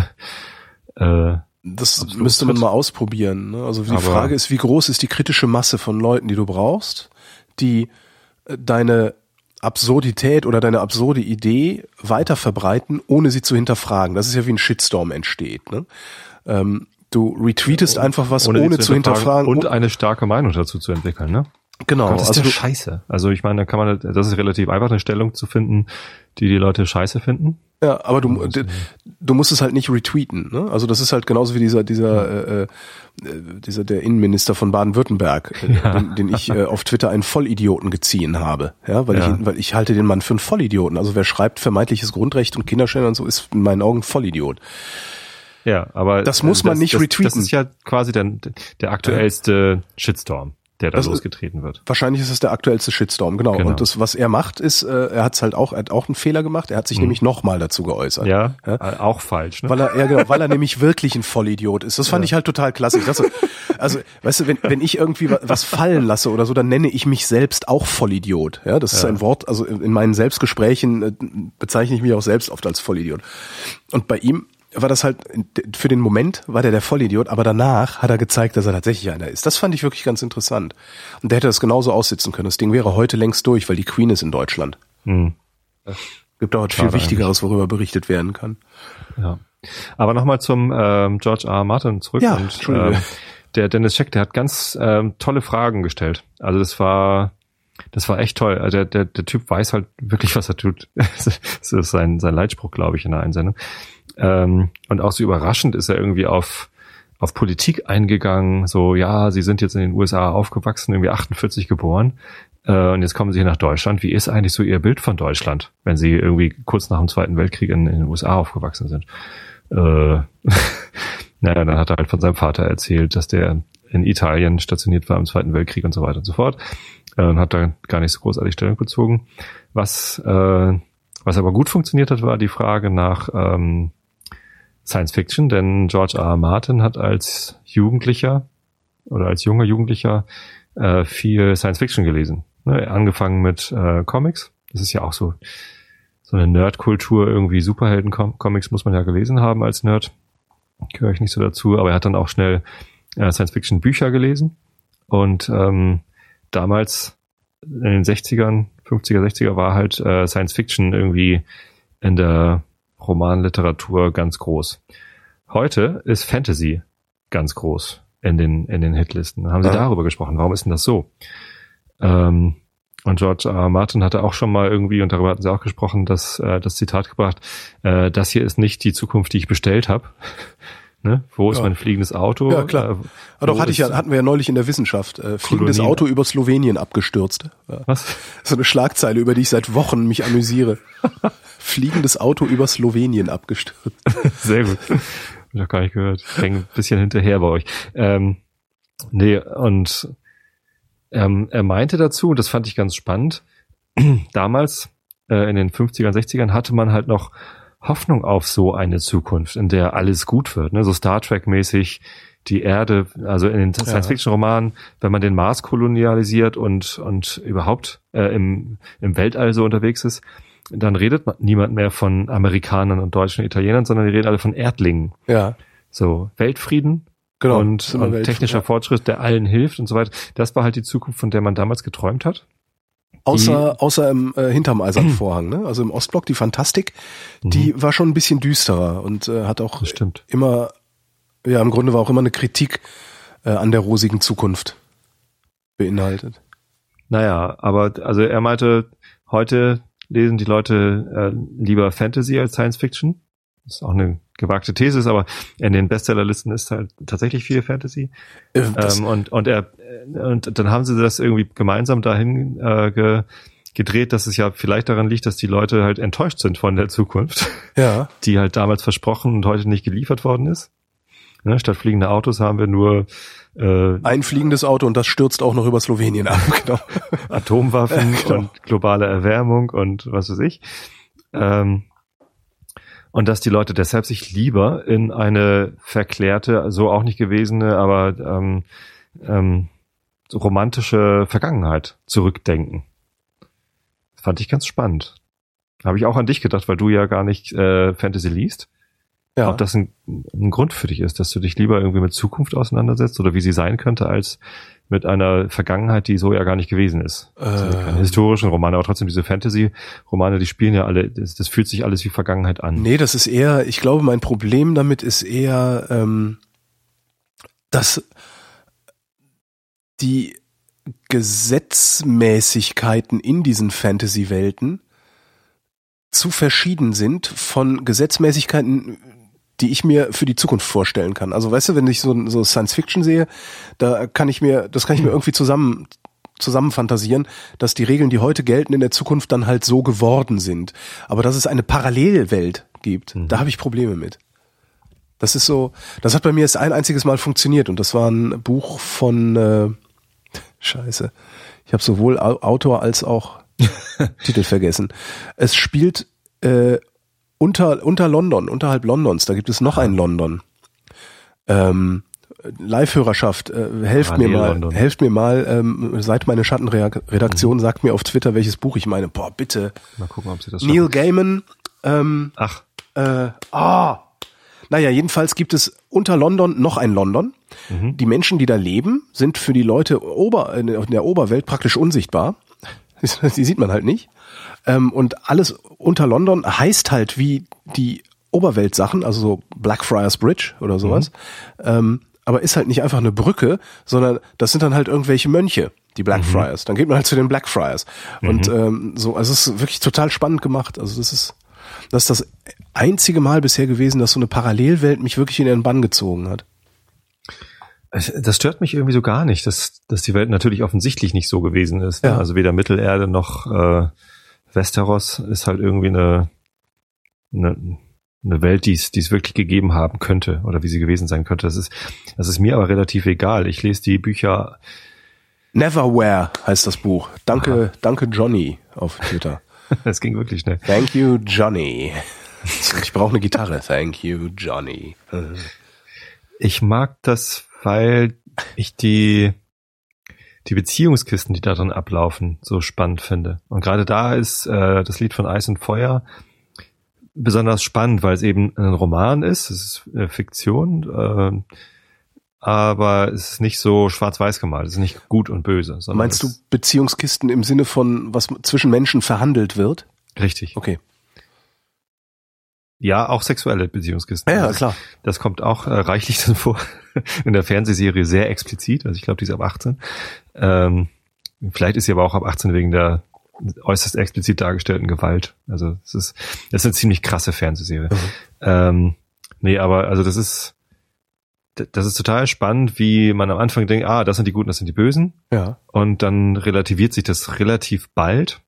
das müsste man mal ausprobieren. Ne? Also die Frage ist, wie groß ist die kritische Masse von Leuten, die du brauchst, die deine Absurdität oder deine absurde Idee weiter verbreiten, ohne sie zu hinterfragen. Das ist ja wie ein Shitstorm entsteht. Ne? Du retweetest einfach was, ohne zu hinterfragen. Und eine starke Meinung dazu zu entwickeln, ne? Genau. Das ist ja scheiße. Also ich meine, das ist relativ einfach, eine Stellung zu finden, die Leute scheiße finden. Ja, aber du musst es halt nicht retweeten, ne? Also das ist halt genauso wie der Innenminister von Baden-Württemberg, den ich auf Twitter einen Vollidioten geziehen habe, ja, weil ich halte den Mann für einen Vollidioten. Also wer schreibt vermeintliches Grundrecht und Kinderschänder und so, ist in meinen Augen Vollidiot. Ja, aber das muss man nicht retweeten. Das ist ja quasi der aktuellste Shitstorm, der da losgetreten wird. Wahrscheinlich ist es der aktuellste Shitstorm, genau. Und das, was er macht, ist, er hat auch einen Fehler gemacht. Er hat sich nämlich nochmal dazu geäußert. Ja, auch falsch, ne? Weil er nämlich wirklich ein Vollidiot ist. Das fand ich halt total klasse. Also, weißt du, wenn ich irgendwie was fallen lasse oder so, dann nenne ich mich selbst auch Vollidiot. Ja, das ist ein Wort, also in meinen Selbstgesprächen bezeichne ich mich auch selbst oft als Vollidiot. Und bei ihm war das halt, für den Moment war der Vollidiot, aber danach hat er gezeigt, dass er tatsächlich einer ist. Das fand ich wirklich ganz interessant. Und der hätte das genauso aussitzen können. Das Ding wäre heute längst durch, weil die Queen ist in Deutschland. Gibt auch viel Wichtigeres, worüber berichtet werden kann. Ja. Aber nochmal zum George R. R. Martin zurück. Ja, und der Dennis Scheck, der hat ganz tolle Fragen gestellt. Also das war echt toll. Also der Typ weiß halt wirklich, was er tut. Das ist sein Leitspruch, glaube ich, in der Einsendung. Und auch so überraschend ist er irgendwie auf Politik eingegangen. So, ja, Sie sind jetzt in den USA aufgewachsen, irgendwie 48 geboren. Und jetzt kommen Sie hier nach Deutschland. Wie ist eigentlich so Ihr Bild von Deutschland, wenn Sie irgendwie kurz nach dem Zweiten Weltkrieg in den USA aufgewachsen sind? Naja, dann hat er halt von seinem Vater erzählt, dass der in Italien stationiert war im Zweiten Weltkrieg und so weiter und so fort. und hat da gar nicht so großartig Stellung bezogen. Was aber gut funktioniert hat, war die Frage nach Science Fiction, denn George R. R. Martin hat als Jugendlicher oder als junger Jugendlicher viel Science Fiction gelesen. Ne? Angefangen mit Comics. Das ist ja auch so eine Nerdkultur, irgendwie Superhelden-Comics muss man ja gelesen haben als Nerd. Gehöre ich nicht so dazu, aber er hat dann auch schnell Science-Fiction-Bücher gelesen. Und damals in den 60ern, 50er, 60er war halt Science-Fiction irgendwie in der Romanliteratur ganz groß. Heute ist Fantasy ganz groß in den Hitlisten. Dann haben sie darüber gesprochen. Warum ist denn das so? Und George R. R. Martin hatte auch schon mal irgendwie, und darüber hatten sie auch gesprochen, das Zitat gebracht, das hier ist nicht die Zukunft, die ich bestellt habe. Ne? Wo ist mein fliegendes Auto? Ja, klar. Aber doch hatten wir ja neulich in der Wissenschaft. Fliegendes Auto über Slowenien abgestürzt. Ja. Was? So eine Schlagzeile, über die ich seit Wochen mich amüsiere. Fliegendes Auto über Slowenien abgestürzt. Sehr gut. Hab ich noch gar nicht gehört. Ich hänge ein bisschen hinterher bei euch. Nee, und er meinte dazu, das fand ich ganz spannend, damals in den 50ern, 60ern hatte man halt noch Hoffnung auf so eine Zukunft, in der alles gut wird, ne? So Star Trek-mäßig, die Erde, also in den Science-Fiction-Romanen, wenn man den Mars kolonialisiert und überhaupt im Weltall so unterwegs ist, dann redet niemand mehr von Amerikanern und Deutschen und Italienern, sondern die reden alle von Erdlingen. Ja. So Weltfrieden. Genau, und technischer Fortschritt, der allen hilft und so weiter. Das war halt die Zukunft, von der man damals geträumt hat. Außer im hinterm Eisernen Vorhang, ne? Also im Ostblock, die Fantastik, die war schon ein bisschen düsterer und hat auch immer, ja, im Grunde war auch immer eine Kritik an der rosigen Zukunft beinhaltet. Naja, aber also er meinte, heute lesen die Leute lieber Fantasy als Science Fiction. Das ist auch eine gewagte These, ist aber in den Bestsellerlisten ist halt tatsächlich viel Fantasy. Und dann haben sie das irgendwie gemeinsam dahin gedreht, dass es ja vielleicht daran liegt, dass die Leute halt enttäuscht sind von der Zukunft, die halt damals versprochen und heute nicht geliefert worden ist. Ja, statt fliegende Autos haben wir nur ein fliegendes Auto und das stürzt auch noch über Slowenien ab. Genau. Atomwaffen und globale Erwärmung und was weiß ich. Und dass die Leute deshalb sich lieber in eine verklärte, so auch nicht gewesene, aber so romantische Vergangenheit zurückdenken. Das fand ich ganz spannend. Habe ich auch an dich gedacht, weil du ja gar nicht Fantasy liest. Ja. Ob das ein Grund für dich ist, dass du dich lieber irgendwie mit Zukunft auseinandersetzt oder wie sie sein könnte, als mit einer Vergangenheit, die so ja gar nicht gewesen ist. Also keine historischen Romane, aber trotzdem diese Fantasy-Romane, die spielen ja alle, das fühlt sich alles wie Vergangenheit an. Nee, das ist eher, ich glaube, mein Problem damit ist eher, dass die Gesetzmäßigkeiten in diesen Fantasy-Welten zu verschieden sind von Gesetzmäßigkeiten, die ich mir für die Zukunft vorstellen kann. Also weißt du, wenn ich so Science Fiction sehe, das kann ich mir irgendwie zusammen fantasieren, dass die Regeln, die heute gelten, in der Zukunft dann halt so geworden sind. Aber dass es eine Parallelwelt gibt, da habe ich Probleme mit. Das ist so, das hat bei mir erst ein einziges Mal funktioniert und das war ein Buch von Scheiße. Ich habe sowohl Autor als auch Titel vergessen. Es spielt unter London, unterhalb Londons, da gibt es noch ein London. Live-Hörerschaft, helft mir mal, seit meine Schattenredaktion sagt mir auf Twitter, welches Buch ich meine. Boah, bitte. Mal gucken, ob sie das Neil Gaiman. Naja, jedenfalls gibt es unter London noch ein London. Die Menschen, die da leben, sind für die Leute in der Oberwelt praktisch unsichtbar. Die sieht man halt nicht. Und alles unter London heißt halt wie die Oberweltsachen, also so Blackfriars Bridge oder sowas. Aber ist halt nicht einfach eine Brücke, sondern das sind dann halt irgendwelche Mönche, die Blackfriars. Dann geht man halt zu den Blackfriars. Und also es ist wirklich total spannend gemacht. Also das ist das einzige Mal bisher gewesen, dass so eine Parallelwelt mich wirklich in ihren Bann gezogen hat. Das stört mich irgendwie so gar nicht, dass die Welt natürlich offensichtlich nicht so gewesen ist. Ja. Also weder Mittelerde noch Westeros ist halt irgendwie eine Welt, die es wirklich gegeben haben könnte oder wie sie gewesen sein könnte. Das ist mir aber relativ egal. Ich lese die Bücher Neverwhere heißt das Buch. Danke Johnny auf Twitter. Das ging wirklich schnell. Thank you, Johnny. Ich brauche eine Gitarre. Thank you, Johnny. Ich mag das, weil ich die Beziehungskisten, die da drin ablaufen, so spannend finde. Und gerade da ist das Lied von Eis und Feuer besonders spannend, weil es eben ein Roman ist. Es ist Fiktion, aber es ist nicht so schwarz-weiß gemalt. Es ist nicht gut und böse. Meinst du Beziehungskisten im Sinne von, was zwischen Menschen verhandelt wird? Richtig. Okay. Ja, auch sexuelle Beziehungskisten. Ja, klar. Das kommt auch reichlich dann vor. In der Fernsehserie sehr explizit. Also ich glaube, die ist ab 18. Vielleicht ist sie aber auch ab 18 wegen der äußerst explizit dargestellten Gewalt. Also das ist eine ziemlich krasse Fernsehserie. Nee, aber also das ist total spannend, wie man am Anfang denkt, das sind die Guten, das sind die Bösen. Ja. Und dann relativiert sich das relativ bald.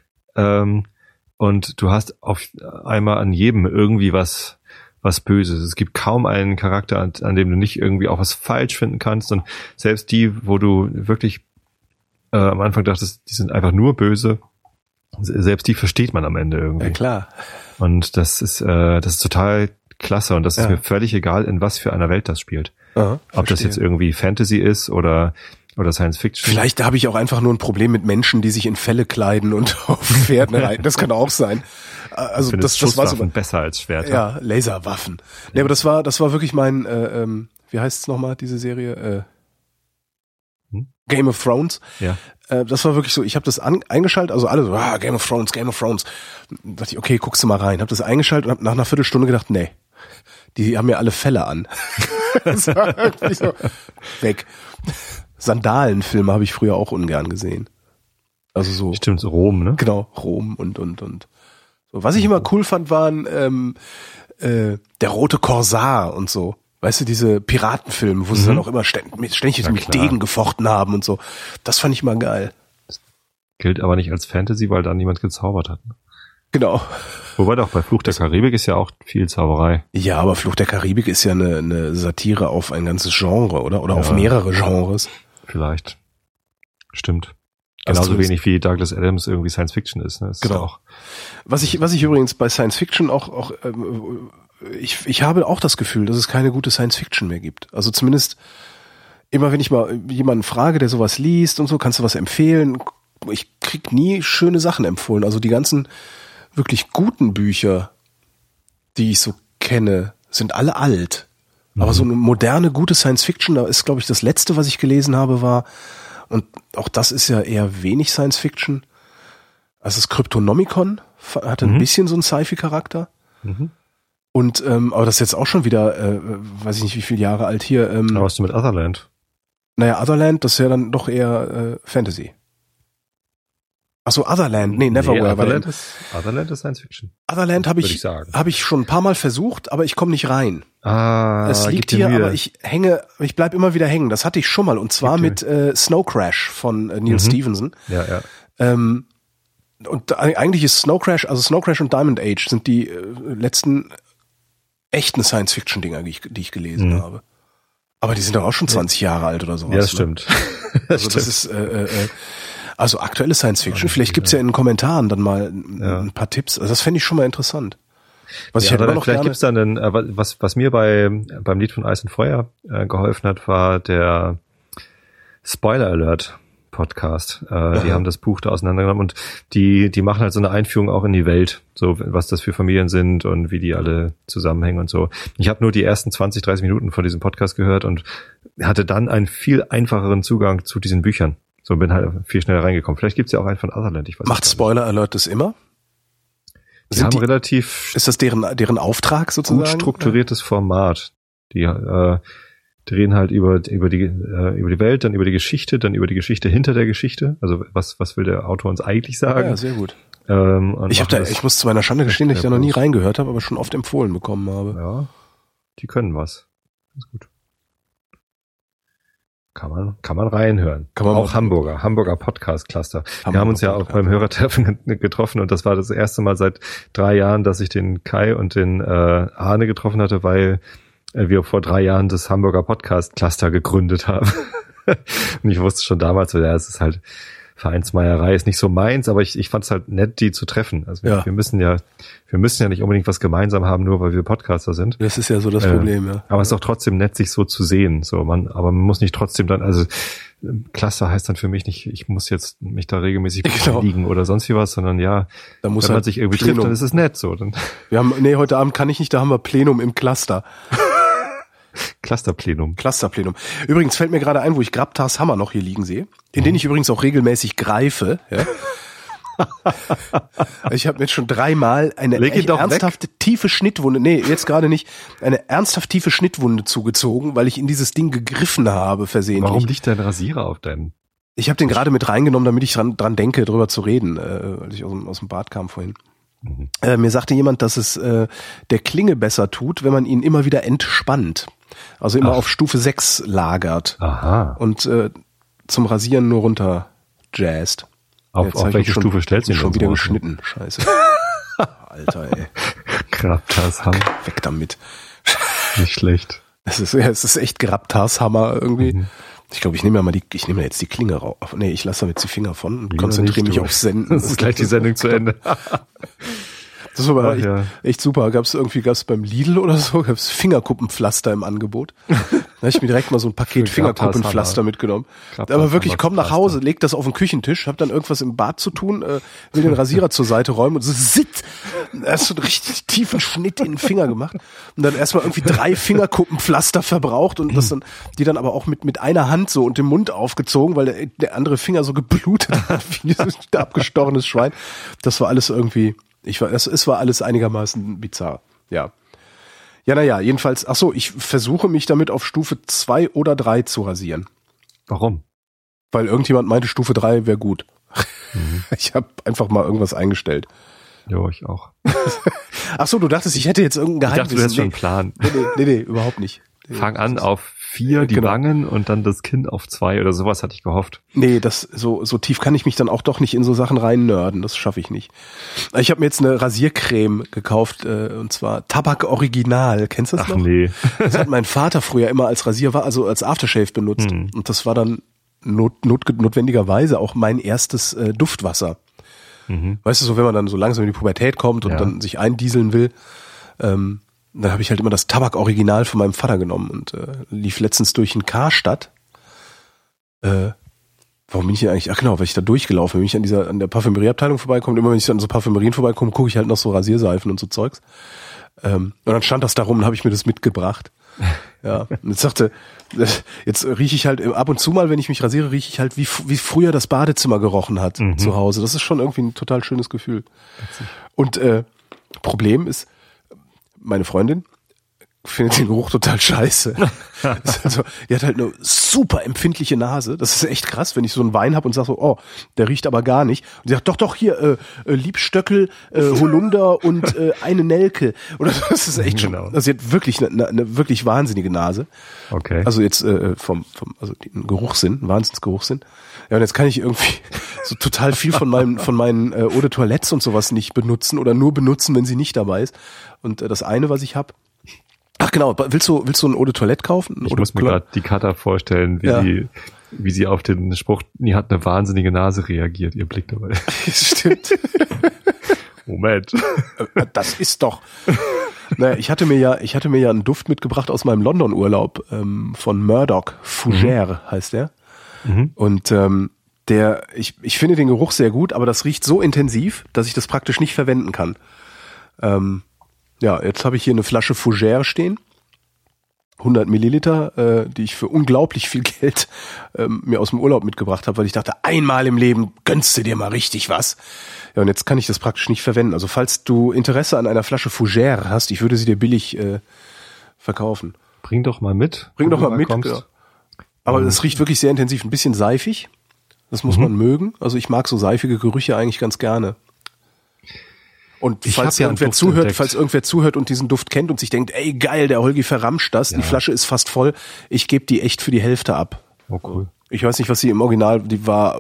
Und du hast auf einmal an jedem irgendwie was Böses. Es gibt kaum einen Charakter, an dem du nicht irgendwie auch was falsch finden kannst. Und selbst die, wo du wirklich am Anfang dachtest, die sind einfach nur böse, selbst die versteht man am Ende irgendwie. Ja, klar. Und das ist total klasse. Und das ist mir völlig egal, in was für einer Welt das spielt. Aha, ob das jetzt irgendwie Fantasy ist oder Science Fiction. Vielleicht habe ich auch einfach nur ein Problem mit Menschen, die sich in Felle kleiden und auf Pferden reiten. Das kann auch sein. Also das war so besser als Schwerter. Ja, Laserwaffen. Nee, aber das war wirklich mein wie heißt es nochmal, diese Serie? Game of Thrones. Ja. Das war wirklich so, ich habe das eingeschaltet, also alle so, Game of Thrones. Dann dachte ich, okay, guckst du mal rein. Hab das eingeschaltet und hab nach einer Viertelstunde gedacht, nee, die haben ja alle Felle an. Das war irgendwie so weg. Sandalenfilme habe ich früher auch ungern gesehen. Also so. Stimmt, so Rom, ne? Genau, Rom und. So, was ich immer cool fand, waren der rote Korsar und so. Weißt du, diese Piratenfilme, wo sie dann auch immer ständig mit Degen gefochten haben und so. Das fand ich mal geil. Das gilt aber nicht als Fantasy, weil da niemand gezaubert hat. Genau. Wobei doch bei Fluch der Karibik ist ja auch viel Zauberei. Ja, aber Fluch der Karibik ist ja eine Satire auf ein ganzes Genre, oder? Oder auf mehrere Genres. Vielleicht. Stimmt. Genauso wenig wie Douglas Adams irgendwie Science Fiction ist. Ne? Das genau. Ist auch was ich übrigens bei Science Fiction auch ich habe auch das Gefühl, dass es keine gute Science Fiction mehr gibt. Also zumindest immer, wenn ich mal jemanden frage, der sowas liest und so, kannst du was empfehlen? Ich krieg nie schöne Sachen empfohlen. Also die ganzen wirklich guten Bücher, die ich so kenne, sind alle alt. Aber so eine moderne, gute Science Fiction, da ist, glaube ich, das letzte, was ich gelesen habe, war, und auch das ist ja eher wenig Science Fiction, also das Cryptonomicon hatte ein bisschen so einen Sci-Fi-Charakter. Und aber das ist jetzt auch schon wieder, weiß ich nicht, wie viele Jahre alt hier. Aber was du mit Otherland? Naja, Otherland, das ist ja dann doch eher Fantasy. Achso, Otherland, Neverwhere. Otherland ist Science Fiction. Otherland habe ich schon ein paar Mal versucht, aber ich komme nicht rein. Es liegt hier, aber ich bleib immer wieder hängen. Das hatte ich schon mal, und zwar mit Snow Crash von Neil Stephenson. Ja. Und eigentlich ist Snow Crash und Diamond Age sind die letzten echten Science-Fiction-Dinger, die ich gelesen habe. Aber die sind doch auch schon 20 Jahre alt oder sowas. Ja, das stimmt. Also das ist also aktuelle Science-Fiction. Vielleicht gibt's ja in den Kommentaren dann mal ein paar Tipps. Also das fände ich schon mal interessant. Was ich halt immer noch vielleicht gibt's dann was mir beim Lied von Eis und Feuer geholfen hat, war der Spoiler Alert Podcast. Die haben das Buch da auseinandergenommen und die machen halt so eine Einführung auch in die Welt, so was das für Familien sind und wie die alle zusammenhängen und so. Ich habe nur die ersten 20, 30 Minuten von diesem Podcast gehört und hatte dann einen viel einfacheren Zugang zu diesen Büchern. So bin halt viel schneller reingekommen. Vielleicht gibt's ja auch einen von Otherland. Ich weiß Macht Spoiler Alert das immer? Die haben relativ... Ist das deren Auftrag sozusagen? Gut strukturiertes Format. Die reden halt über die Welt, dann über die Geschichte hinter der Geschichte. Also was will der Autor uns eigentlich sagen? Ja, sehr gut. Ich muss zu meiner Schande gestehen, dass ich da noch nie reingehört habe, aber schon oft empfohlen bekommen habe. Ja, die können was. Ganz gut. Kann man reinhören. Auch Hamburger Podcast Cluster. Wir haben uns ja auch beim Hörertreffen getroffen und das war das erste Mal seit 3 Jahren, dass ich den Kai und den Arne getroffen hatte, weil wir vor 3 Jahren das Hamburger Podcast Cluster gegründet haben. Und ich wusste schon damals, so, ja, es ist halt Vereinsmeierei, ist nicht so meins, aber ich fand es halt nett, die zu treffen. Also wir müssen ja nicht unbedingt was gemeinsam haben, nur weil wir Podcaster sind. Das ist ja so das Problem, ja. Aber es ist auch trotzdem nett, sich so zu sehen. Aber man muss nicht trotzdem dann, also Cluster heißt dann für mich nicht, ich muss jetzt mich da regelmäßig beteiligen oder sonst wie was, sondern ja, da muss wenn man halt sich irgendwie trifft, dann ist es nett so. Dann heute Abend kann ich nicht, da haben wir Plenum im Cluster. Clusterplenum. Übrigens fällt mir gerade ein, wo ich Grabtars Hammer noch hier liegen sehe, in den ich übrigens auch regelmäßig greife. Ja. Ich habe jetzt schon 3-mal eine ernsthafte tiefe Schnittwunde, jetzt gerade nicht, eine ernsthaft tiefe Schnittwunde zugezogen, weil ich in dieses Ding gegriffen habe versehentlich. Warum liegt dein Rasierer auf deinem? Ich habe den gerade mit reingenommen, damit ich dran denke, drüber zu reden, weil ich aus dem Bad kam vorhin. Mir sagte jemand, dass es der Klinge besser tut, wenn man ihn immer wieder entspannt. Also immer auf Stufe 6 lagert. Aha. Und zum Rasieren nur runter jazzt. Auf welche Stufe stellst du ihn? Schon wieder geschnitten. Scheiße. Alter, ey. Grabtars Hammer. Weg damit. Nicht schlecht. Es ist echt Grabtars Hammer irgendwie. Ich glaube, ich nehme jetzt die Klinge raus. Nee, ich lasse da jetzt die Finger von und konzentriere mich aufs Senden. Das ist gleich die Sendung zu Ende. Das war aber echt super. Gab's beim Lidl oder so, gab's Fingerkuppenpflaster im Angebot. Da habe ich mir direkt mal so ein Paket Fingerkuppenpflaster mitgenommen. Aber wirklich, komm nach Hause, leg das auf den Küchentisch, hab dann irgendwas im Bad zu tun, will den Rasierer zur Seite räumen und so erst so einen richtig tiefen Schnitt in den Finger gemacht und dann erstmal irgendwie 3 Fingerkuppenpflaster verbraucht und die dann aber auch mit einer Hand so und dem Mund aufgezogen, weil der andere Finger so geblutet hat, wie ein abgestochenes Schwein. Das war alles irgendwie, es war alles einigermaßen bizarr, ja. Ja, naja, jedenfalls, ich versuche mich damit auf Stufe 2 oder 3 zu rasieren. Warum? Weil irgendjemand meinte, Stufe 3 wäre gut. Ich habe einfach mal irgendwas eingestellt. Ja, ich auch. Du dachtest, ich hätte jetzt irgendein Geheimnis. Ich dachte, du hättest schon einen Plan. Nee, überhaupt nicht. Fang an auf 4, die Wangen und dann das Kinn auf 2 oder sowas hatte ich gehofft. Nee, so tief kann ich mich dann auch doch nicht in so Sachen rein nerden, das schaffe ich nicht. Ich habe mir jetzt eine Rasiercreme gekauft, und zwar Tabak Original, kennst du das noch? Nee. Das hat mein Vater früher immer als also als Aftershave benutzt und das war dann notwendigerweise auch mein erstes Duftwasser. Weißt du, so wenn man dann so langsam in die Pubertät kommt und dann sich eindieseln will, dann habe ich halt immer das Tabak-Original von meinem Vater genommen und lief letztens durch ein Karstadt. Warum bin ich hier eigentlich? Ach genau, weil ich da durchgelaufen bin. Wenn ich an der Parfümerieabteilung vorbeikomme, immer wenn ich an so Parfümerien vorbeikomme, gucke ich halt noch so Rasierseifen und so Zeugs. Und dann stand das da rum und habe ich mir das mitgebracht. Ja, und jetzt rieche ich halt ab und zu mal, wenn ich mich rasiere, rieche ich halt, wie früher das Badezimmer gerochen hat zu Hause. Das ist schon irgendwie ein total schönes Gefühl. Und Problem ist, meine Freundin findet den Geruch total scheiße. Also, die hat halt eine super empfindliche Nase. Das ist echt krass, wenn ich so einen Wein habe und sage so, der riecht aber gar nicht. Und sie sagt, doch, hier, Liebstöckel, Holunder und eine Nelke. Oder das ist echt schon, also sie hat wirklich eine wirklich wahnsinnige Nase. Okay. Also jetzt vom den Geruchssinn, ein Wahnsinnsgeruchssinn. Ja, und jetzt kann ich irgendwie so total viel von meinen Eau de Toilettes und sowas nicht benutzen oder nur benutzen, wenn sie nicht dabei ist. Und das eine, was ich habe, ach genau, willst du ein Eau de Toilette kaufen? Ich muss mir gerade die Katha vorstellen, wie sie auf den Spruch, die hat eine wahnsinnige Nase reagiert, ihr Blick dabei. Stimmt. Moment. Das ist doch. Naja, ich hatte mir ja einen Duft mitgebracht aus meinem London-Urlaub von Murdoch. Fougère heißt der. Und ich finde den Geruch sehr gut, aber das riecht so intensiv, dass ich das praktisch nicht verwenden kann. Jetzt habe ich hier eine Flasche Fougère stehen. 100 Milliliter, die ich für unglaublich viel Geld mir aus dem Urlaub mitgebracht habe, weil ich dachte, einmal im Leben gönnst du dir mal richtig was. Ja, und jetzt kann ich das praktisch nicht verwenden. Also falls du Interesse an einer Flasche Fougère hast, ich würde sie dir billig verkaufen. Bring doch mal mit. Ja. Aber es riecht wirklich sehr intensiv, ein bisschen seifig. Das muss man mögen. Also ich mag so seifige Gerüche eigentlich ganz gerne. Und falls irgendwer zuhört und diesen Duft kennt und sich denkt, ey geil, der Holgi verramscht das, die Flasche ist fast voll, ich gebe die echt für die Hälfte ab. Oh cool. Ich weiß nicht, was sie im Original, die war,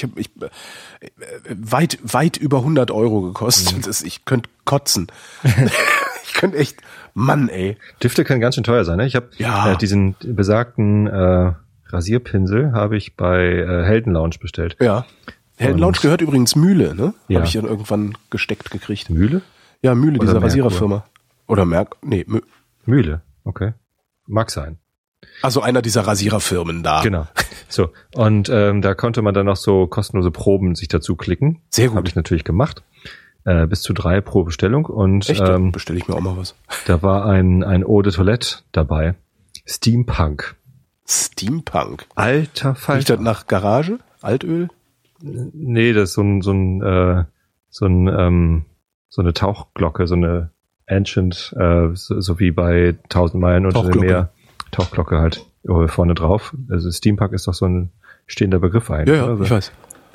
weit über 100 Euro gekostet. Ich könnte kotzen. Ich könnte echt, Mann ey. Düfte können ganz schön teuer sein, ne? Ich habe diesen besagten Rasierpinsel habe ich bei Helden Lounge bestellt. Ja. Helden Lounge gehört übrigens Mühle, ne? Ja. Habe ich dann irgendwann gesteckt gekriegt. Mühle? Ja, Mühle, Oder diese Rasiererfirma. Oder Mühle, okay. Mag sein. Also einer dieser Rasiererfirmen da. Genau. So. Und da konnte man dann noch so kostenlose Proben sich dazu klicken. Sehr gut. Habe ich natürlich gemacht. Bis zu 3 pro Bestellung. Und echt? Bestelle ich mir auch mal was. Da war ein Eau de Toilette dabei. Steampunk. Steampunk? Alter Falter. Riecht das nach Garage? Altöl? Nee, das ist so eine Tauchglocke, so eine Ancient, so wie bei 1000 Meilen unter dem Meer. Tauchglocke halt vorne drauf. Also Steampunk ist doch so ein stehender Begriff eigentlich. Ja, ich weiß.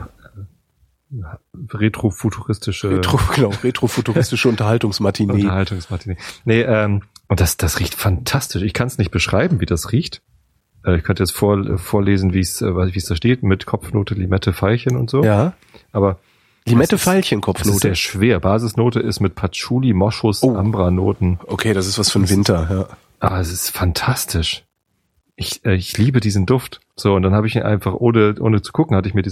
Retrofuturistische Unterhaltungsmatinee. Nee, und das riecht fantastisch. Ich kann es nicht beschreiben, wie das riecht. Ich könnte jetzt vorlesen, wie es da steht, mit Kopfnote, Limette, Veilchen und so. Ja. Aber Limette, Veilchen, Kopfnote. Das ist sehr schwer. Basisnote ist mit Patchouli, Moschus, Ambra-Noten. Okay, das ist was für ein Winter, ja. Aber es ist fantastisch. Ich liebe diesen Duft. So, und dann habe ich ihn einfach, ohne zu gucken, hatte ich mir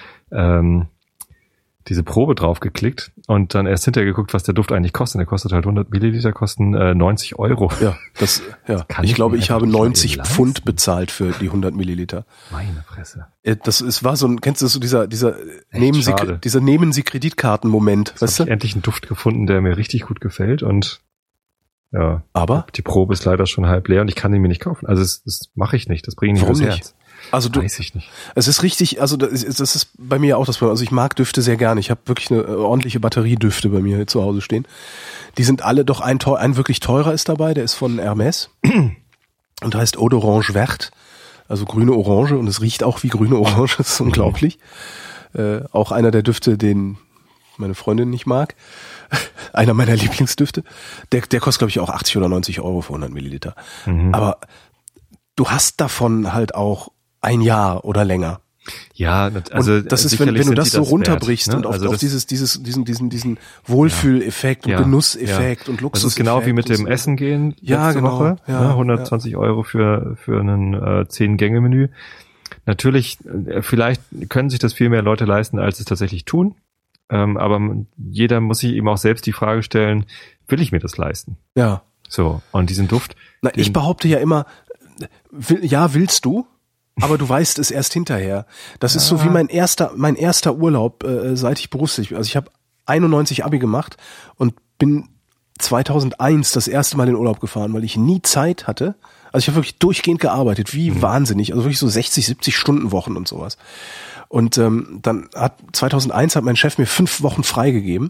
diese Probe drauf geklickt und dann erst hinterher geguckt, was der Duft eigentlich kostet. Der kostet halt 100 Milliliter, kosten 90 Euro. Ja, ich glaube, ich habe 90 Pfund bezahlt für die 100 Milliliter. Meine Fresse. War so ein, kennst du so dieser nehmen Sie Kreditkarten-Moment, weißt du? Ich endlich einen Duft gefunden, der mir richtig gut gefällt und ja. Aber? Die Probe ist leider schon halb leer und ich kann ihn mir nicht kaufen. Also das mache ich nicht, das bringe ich nicht aufs Herz. Also weiß ich nicht. Es ist richtig, also das ist bei mir auch das Problem. Also ich mag Düfte sehr gerne. Ich habe wirklich eine ordentliche Batterie Düfte bei mir zu Hause stehen. Die sind alle doch ein wirklich teurer ist dabei, der ist von Hermès und heißt Eau d'Orange Verte, also grüne Orange und es riecht auch wie grüne Orange, das ist unglaublich. Auch einer der Düfte, den meine Freundin nicht mag. Einer meiner Lieblingsdüfte. Der kostet, glaube ich, auch 80 oder 90 Euro für 100 Milliliter. Mhm. Aber du hast davon halt auch ein Jahr oder länger. Ja, also und das ist, wenn du das so runterbrichst wert, ne? Und auf diesen Wohlfühleffekt und Genusseffekt und Luxuseffekt. Das ist genau wie mit dem Essen gehen letzte Woche. Ja, 120 Euro für einen 10-Gänge-Menü. Natürlich, vielleicht können sich das viel mehr Leute leisten, als es tatsächlich tun. Aber jeder muss sich eben auch selbst die Frage stellen, will ich mir das leisten? Ja. So, und diesen Duft. Ich behaupte ja immer, willst du? Aber du weißt es erst hinterher. Das ist so wie mein erster Urlaub, seit ich berufstätig bin. Also ich habe 91 Abi gemacht und bin 2001 das erste Mal in Urlaub gefahren, weil ich nie Zeit hatte. Also ich habe wirklich durchgehend gearbeitet, wie wahnsinnig. Also wirklich so 60, 70 Stunden Wochen und sowas. Und dann 2001 hat mein Chef mir 5 Wochen freigegeben.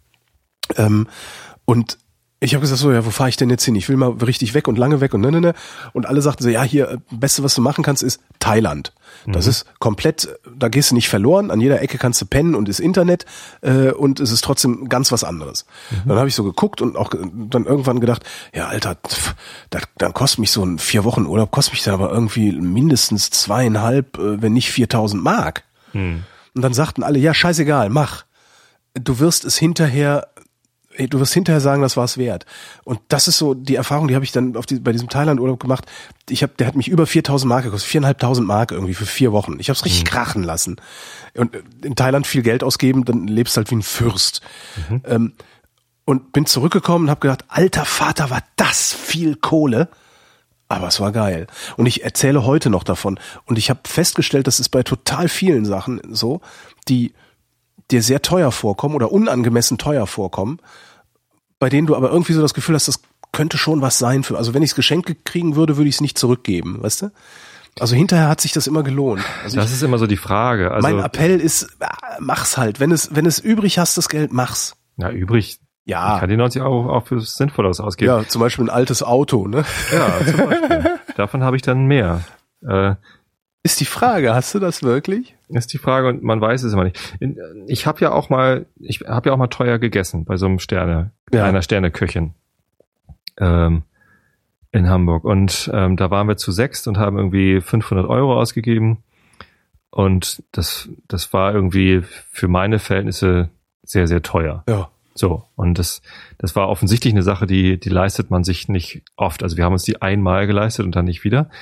Und ich habe gesagt, so, ja, wo fahre ich denn jetzt hin? Ich will mal richtig weg und lange weg und ne. Und alle sagten so, ja, hier, Beste, was du machen kannst, ist Thailand. Das ist komplett, da gehst du nicht verloren, an jeder Ecke kannst du pennen und ist Internet und es ist trotzdem ganz was anderes. Dann habe ich so geguckt und auch dann irgendwann gedacht, ja, Alter, dann kostet mich so ein 4 Wochen Urlaub, kostet mich dann aber irgendwie mindestens 2,5, wenn nicht 4.000 Mark. Und dann sagten alle, ja, scheißegal, mach. Du wirst hinterher sagen, das war es wert. Und das ist so die Erfahrung, die habe ich dann bei diesem Thailand-Urlaub gemacht. Der hat mich über 4.000 Mark gekostet, 4.500 Mark irgendwie für 4 Wochen. Ich habe es richtig krachen lassen. Und in Thailand viel Geld ausgeben, dann lebst halt wie ein Fürst. Und bin zurückgekommen und habe gedacht, alter Vater, war das viel Kohle. Aber es war geil. Und ich erzähle heute noch davon. Und ich habe festgestellt, das ist bei total vielen Sachen so, die dir sehr teuer vorkommen oder unangemessen teuer vorkommen, bei denen du aber irgendwie so das Gefühl hast, das könnte schon was sein für, also wenn ich es geschenkt kriegen würde, würde ich es nicht zurückgeben, weißt du? Also hinterher hat sich das immer gelohnt. Also das ist immer so die Frage. Also mein Appell ist, mach's halt. Wenn es übrig hast, das Geld, mach's. Ja, übrig. Ja. Ich kann die 90 Euro auch für Sinnvolles ausgeben. Ja, zum Beispiel ein altes Auto, ne? Ja, zum Beispiel. Davon habe ich dann mehr. Ist die Frage, hast du das wirklich? Ist die Frage und man weiß es immer nicht. Ich habe ja auch mal teuer gegessen bei so einem einer Sterneköchin in Hamburg und da waren wir zu 6 und haben irgendwie 500 Euro ausgegeben und das war irgendwie für meine Verhältnisse sehr, sehr teuer. Ja. So, und das war offensichtlich eine Sache, die leistet man sich nicht oft. Also wir haben uns die einmal geleistet und dann nicht wieder.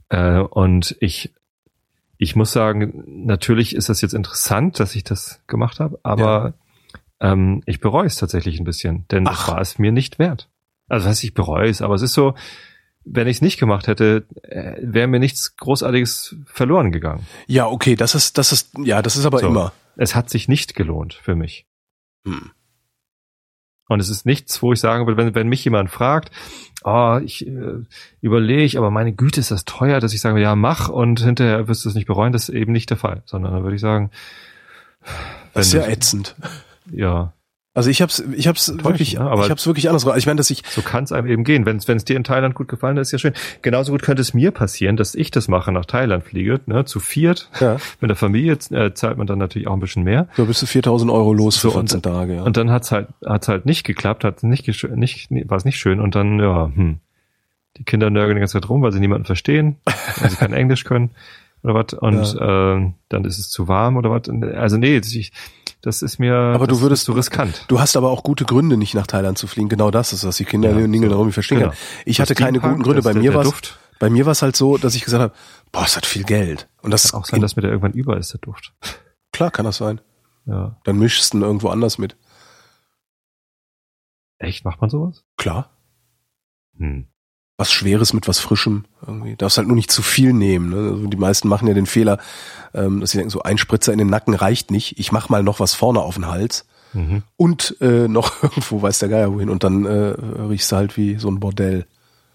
Und ich muss sagen, natürlich ist das jetzt interessant, dass ich das gemacht habe, aber ich bereue es tatsächlich ein bisschen, denn das war es mir nicht wert. Also was heißt, ich bereue es, aber es ist so, wenn ich es nicht gemacht hätte, wäre mir nichts Großartiges verloren gegangen. Ja, okay, das ist aber so, immer. Es hat sich nicht gelohnt für mich. Und es ist nichts, wo ich sagen will, wenn mich jemand fragt, ich überlege, aber meine Güte, ist das teuer, dass ich sage, ja, mach, und hinterher wirst du es nicht bereuen, das ist eben nicht der Fall, sondern dann würde ich sagen, das ist ja ätzend. Ja. Also ich hab's wirklich anders. Ich meine, so kann es einem eben gehen. Wenn es dir in Thailand gut gefallen hat, ist ja schön. Genauso gut könnte es mir passieren, dass ich das mache, nach Thailand fliege, ne, zu viert. Ja. Mit der Familie zahlt man dann natürlich auch ein bisschen mehr. So bist du 4.000 € los für 14 Tage. Ja. Und dann hat's halt nicht geklappt, war es nicht schön. Und dann, die Kinder nörgeln die ganze Zeit rum, weil sie niemanden verstehen, weil sie kein Englisch können oder was. Und dann ist es zu warm oder was. Also nee, das ist mir aber das ist so riskant. Du hast aber auch gute Gründe, nicht nach Thailand zu fliegen. Genau das ist, was die Kinder ningeln darum, die verstehen. Genau. Ich hatte keine guten Gründe. Bei mir war es halt so, dass ich gesagt habe, es hat viel Geld. Und das kann auch sein, dass mir der irgendwann über ist, der Duft. Klar, kann das sein. Ja. Dann mischst du ihn irgendwo anders mit. Echt? Macht man sowas? Klar. Was Schweres mit was Frischem irgendwie. Darfst halt nur nicht zu viel nehmen. Ne? Also die meisten machen ja den Fehler, dass sie denken, so ein Spritzer in den Nacken reicht nicht. Ich mach mal noch was vorne auf den Hals und noch irgendwo weiß der Geier wohin und dann riechst du halt wie so ein Bordell.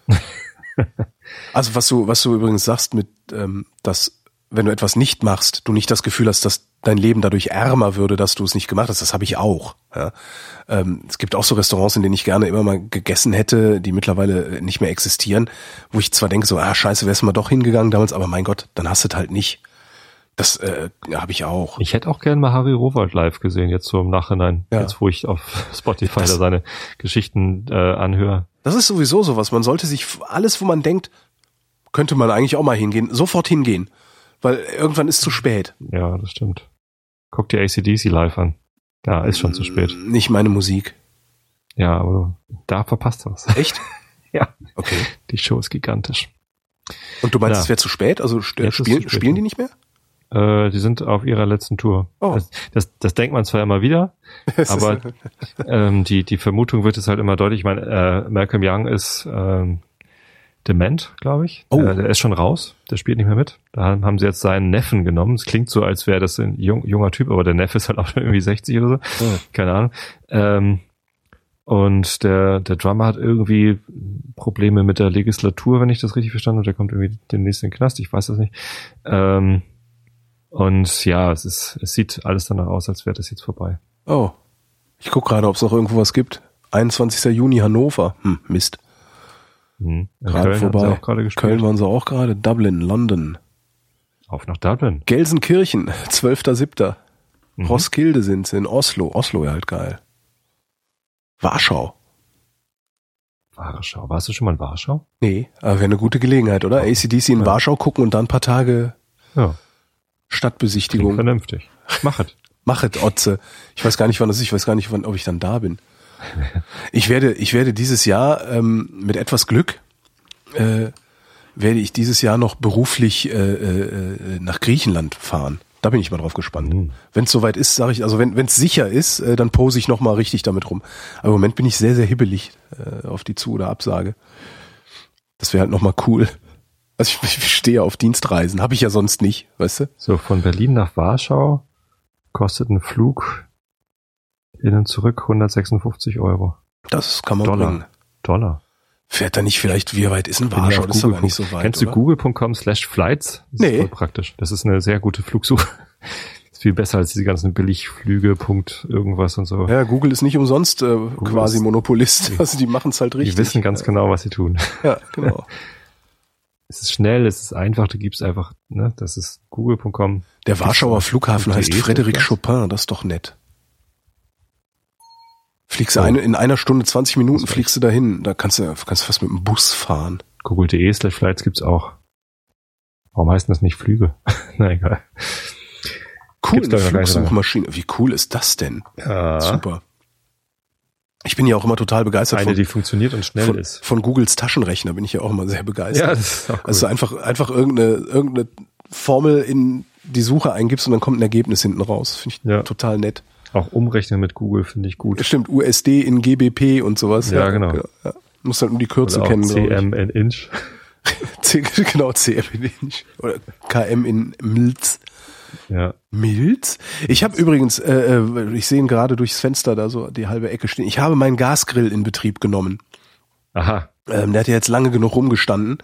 Also was du übrigens sagst mit, dass wenn du etwas nicht machst, du nicht das Gefühl hast, dass dein Leben dadurch ärmer würde, dass du es nicht gemacht hast. Das habe ich auch. Ja. Es gibt auch so Restaurants, in denen ich gerne immer mal gegessen hätte, die mittlerweile nicht mehr existieren, wo ich zwar denke so, scheiße, wärst du mal doch hingegangen damals, aber mein Gott, dann hast du es halt nicht. Das habe ich auch. Ich hätte auch gerne mal Harry Rowald live gesehen, jetzt so im Nachhinein, jetzt wo ich auf Spotify da seine Geschichten anhöre. Das ist sowieso sowas. Man sollte sich alles, wo man denkt, könnte man eigentlich auch mal hingehen, sofort hingehen. Weil irgendwann ist zu spät. Ja, das stimmt. Guck dir AC/DC live an. Ja, ist schon zu spät. Nicht meine Musik. Ja, aber da verpasst du was. Echt? Ja. Okay. Die Show ist gigantisch. Und du meinst, es wäre zu spät? Also spielen die nicht mehr? Die sind auf ihrer letzten Tour. Oh. Das denkt man zwar immer wieder, aber die Vermutung wird es halt immer deutlich. Ich meine, Malcolm Young ist dement, glaube ich. Oh. Der ist schon raus, der spielt nicht mehr mit. Da haben sie jetzt seinen Neffen genommen. Es klingt so, als wäre das ein junger Typ, aber der Neffe ist halt auch schon irgendwie 60 oder so. Oh. Keine Ahnung. Und der Drummer hat irgendwie Probleme mit der Legislatur, wenn ich das richtig verstanden habe. Der kommt irgendwie demnächst in den Knast, ich weiß das nicht. Und ja, es sieht alles danach aus, als wäre das jetzt vorbei. Oh. Ich gucke gerade, ob es noch irgendwo was gibt. 21. Juni Hannover. Mist. Gerade vorbei. Köln waren sie auch gerade. Dublin, London. Auf nach Dublin. Gelsenkirchen, 12.07. Roskilde sind sie, in Oslo. Oslo ja halt geil. Warschau. Warst du schon mal in Warschau? Nee, aber wäre eine gute Gelegenheit, oder? AC/DC in Warschau gucken und dann ein paar Tage Stadtbesichtigung. Klingt vernünftig. Machet, Otze. Ich weiß gar nicht, ob ich dann da bin. Ich werde dieses Jahr mit etwas Glück werde ich dieses Jahr noch beruflich nach Griechenland fahren. Da bin ich mal drauf gespannt. Wenn es soweit ist, sage ich, also wenn es sicher ist, dann pose ich noch mal richtig damit rum. Aber im Moment bin ich sehr, sehr hibbelig auf die Zu- oder Absage. Das wäre halt noch mal cool. Also ich stehe auf Dienstreisen, habe ich ja sonst nicht, weißt du? So, von Berlin nach Warschau kostet ein Flug hin und zurück 156 €. Das kann man bringen. Dollar. Fährt da nicht vielleicht, wie weit ist denn Warschau? Das ist doch gar nicht so weit. Kennst du google.com/flights? Nee. Ist voll praktisch. Das ist eine sehr gute Flugsuche. Ist viel besser als diese ganzen Billigflüge, irgendwas und so. Ja, Google ist nicht umsonst quasi Monopolist. Also die machen es halt richtig. Die wissen ganz genau, was sie tun. Ja, genau. Es ist schnell, es ist einfach, du gibst einfach, ne, das ist google.com. Der Warschauer Flughafen heißt Frédéric Chopin, das ist doch nett. Fliegst du in einer Stunde, 20 Minuten fliegst du dahin. Da kannst du fast mit dem Bus fahren. Google.de/Flights gibt's auch. Warum heißen das nicht Flüge? Na egal. Cool, eine Flugsuchmaschine. Wie cool ist das denn? Ja. Super. Ich bin ja auch immer total begeistert die funktioniert und schnell ist. Von Googles Taschenrechner bin ich ja auch immer sehr begeistert. Ja, das ist auch cool. Also einfach irgendeine Formel in die Suche eingibst und dann kommt ein Ergebnis hinten raus. Finde ich total nett. Auch umrechnen mit Google finde ich gut. Stimmt, USD in GBP und sowas. Ja, genau. Ja. Muss halt nur die Kürze oder kennen. CM in Inch. Genau, CM in Inch. Oder KM in Milz. Ja. Milz? Ich habe übrigens, ich sehe ihn gerade durchs Fenster da so die halbe Ecke stehen. Ich habe meinen Gasgrill in Betrieb genommen. Aha. Der hat ja jetzt lange genug rumgestanden.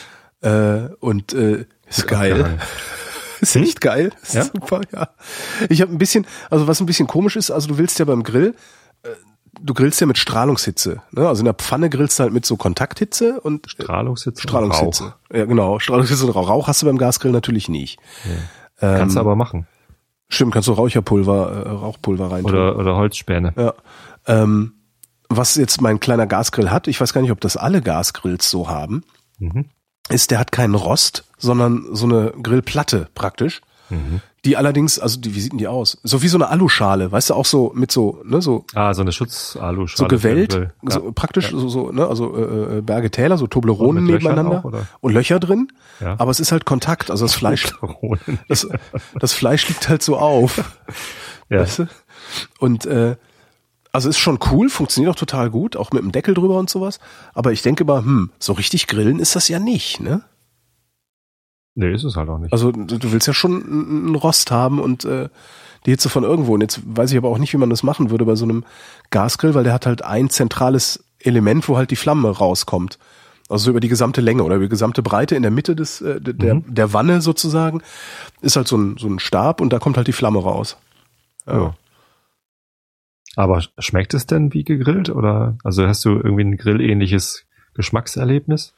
Und ist geil. Ist echt geil. Ist super, ja. Ich habe was ein bisschen komisch ist, also du willst ja beim Grill, du grillst ja mit Strahlungshitze. Ne? Also in der Pfanne grillst du halt mit so Kontakthitze und Strahlungshitze. Rauch. Ja, genau. Strahlungshitze und Rauch. Rauch hast du beim Gasgrill natürlich nicht. Ja. Kannst du aber machen. Stimmt, kannst du Rauchpulver rein tun. Oder Holzspäne. Ja. Was jetzt mein kleiner Gasgrill hat, ich weiß gar nicht, ob das alle Gasgrills so haben, ist, der hat keinen Rost, sondern so eine Grillplatte praktisch. Die allerdings, wie sieht denn die aus? So wie so eine Aluschale, weißt du, auch so mit so, ne, so. Ah, so eine Schutzaluschale. So gewellt, so praktisch, so, also Berge, Täler, so Tobleronen nebeneinander auch, und Löcher drin. Ja. Aber es ist halt Kontakt, also das Fleisch, das Fleisch liegt halt so auf. Ja. Weißt du? Und, also ist schon cool, funktioniert auch total gut, auch mit dem Deckel drüber und sowas. Aber ich denke mal, so richtig grillen ist das ja nicht, ne? Nee, ist es halt auch nicht. Also du willst ja schon einen Rost haben und die Hitze von irgendwo. Und jetzt weiß ich aber auch nicht, wie man das machen würde bei so einem Gasgrill, weil der hat halt ein zentrales Element, wo halt die Flamme rauskommt. Also so über die gesamte Länge oder über die gesamte Breite in der Mitte der Wanne sozusagen ist halt so ein Stab und da kommt halt die Flamme raus. Ja. Aber schmeckt es denn wie gegrillt oder also hast du irgendwie ein grillähnliches Geschmackserlebnis?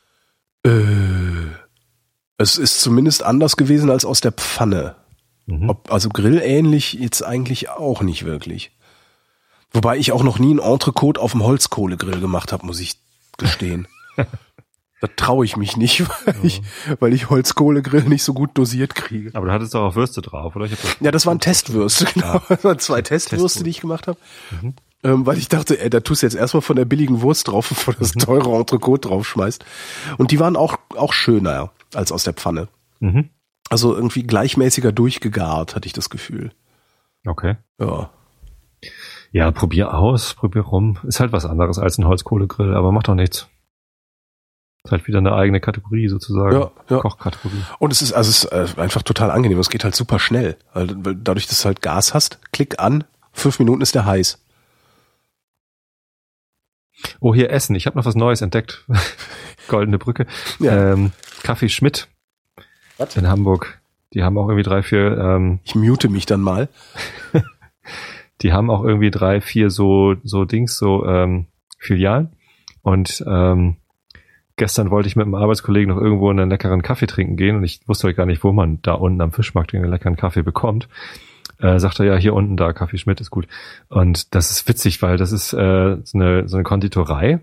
Es ist zumindest anders gewesen als aus der Pfanne. Also grillähnlich jetzt eigentlich auch nicht wirklich. Wobei ich auch noch nie ein Entrecote auf dem Holzkohlegrill gemacht habe, muss ich gestehen. Da traue ich mich nicht, weil ich Holzkohlegrill nicht so gut dosiert kriege. Aber du hattest doch auch Würste drauf, oder? Ja, das waren Testwürste, genau. Das waren 2 Testwürste, die ich gemacht habe. Weil ich dachte, da tust du jetzt erstmal von der billigen Wurst drauf, bevor du das teure Entrecote draufschmeißt. Und die waren auch schöner als aus der Pfanne. Also irgendwie gleichmäßiger durchgegart, hatte ich das Gefühl. Okay. Ja. Ja, probier rum. Ist halt was anderes als ein Holzkohlegrill, aber macht doch nichts. Ist halt wieder eine eigene Kategorie sozusagen. Ja. Kochkategorie. Und es ist einfach total angenehm. Es geht halt super schnell. Weil dadurch, dass du halt Gas hast, klick an, 5 Minuten ist der heiß. Oh, hier Essen. Ich habe noch was Neues entdeckt. Goldene Brücke. Ja. Kaffee Schmidt. Was? In Hamburg. Die haben auch irgendwie 3, 4... ich mute mich dann mal. Die haben auch irgendwie 3, 4 so Filialen. Und gestern wollte ich mit einem Arbeitskollegen noch irgendwo einen leckeren Kaffee trinken gehen und ich wusste halt gar nicht, wo man da unten am Fischmarkt einen leckeren Kaffee bekommt. Sagt er, ja, hier unten da, Kaffee Schmidt ist gut. Und das ist witzig, weil das ist so eine Konditorei,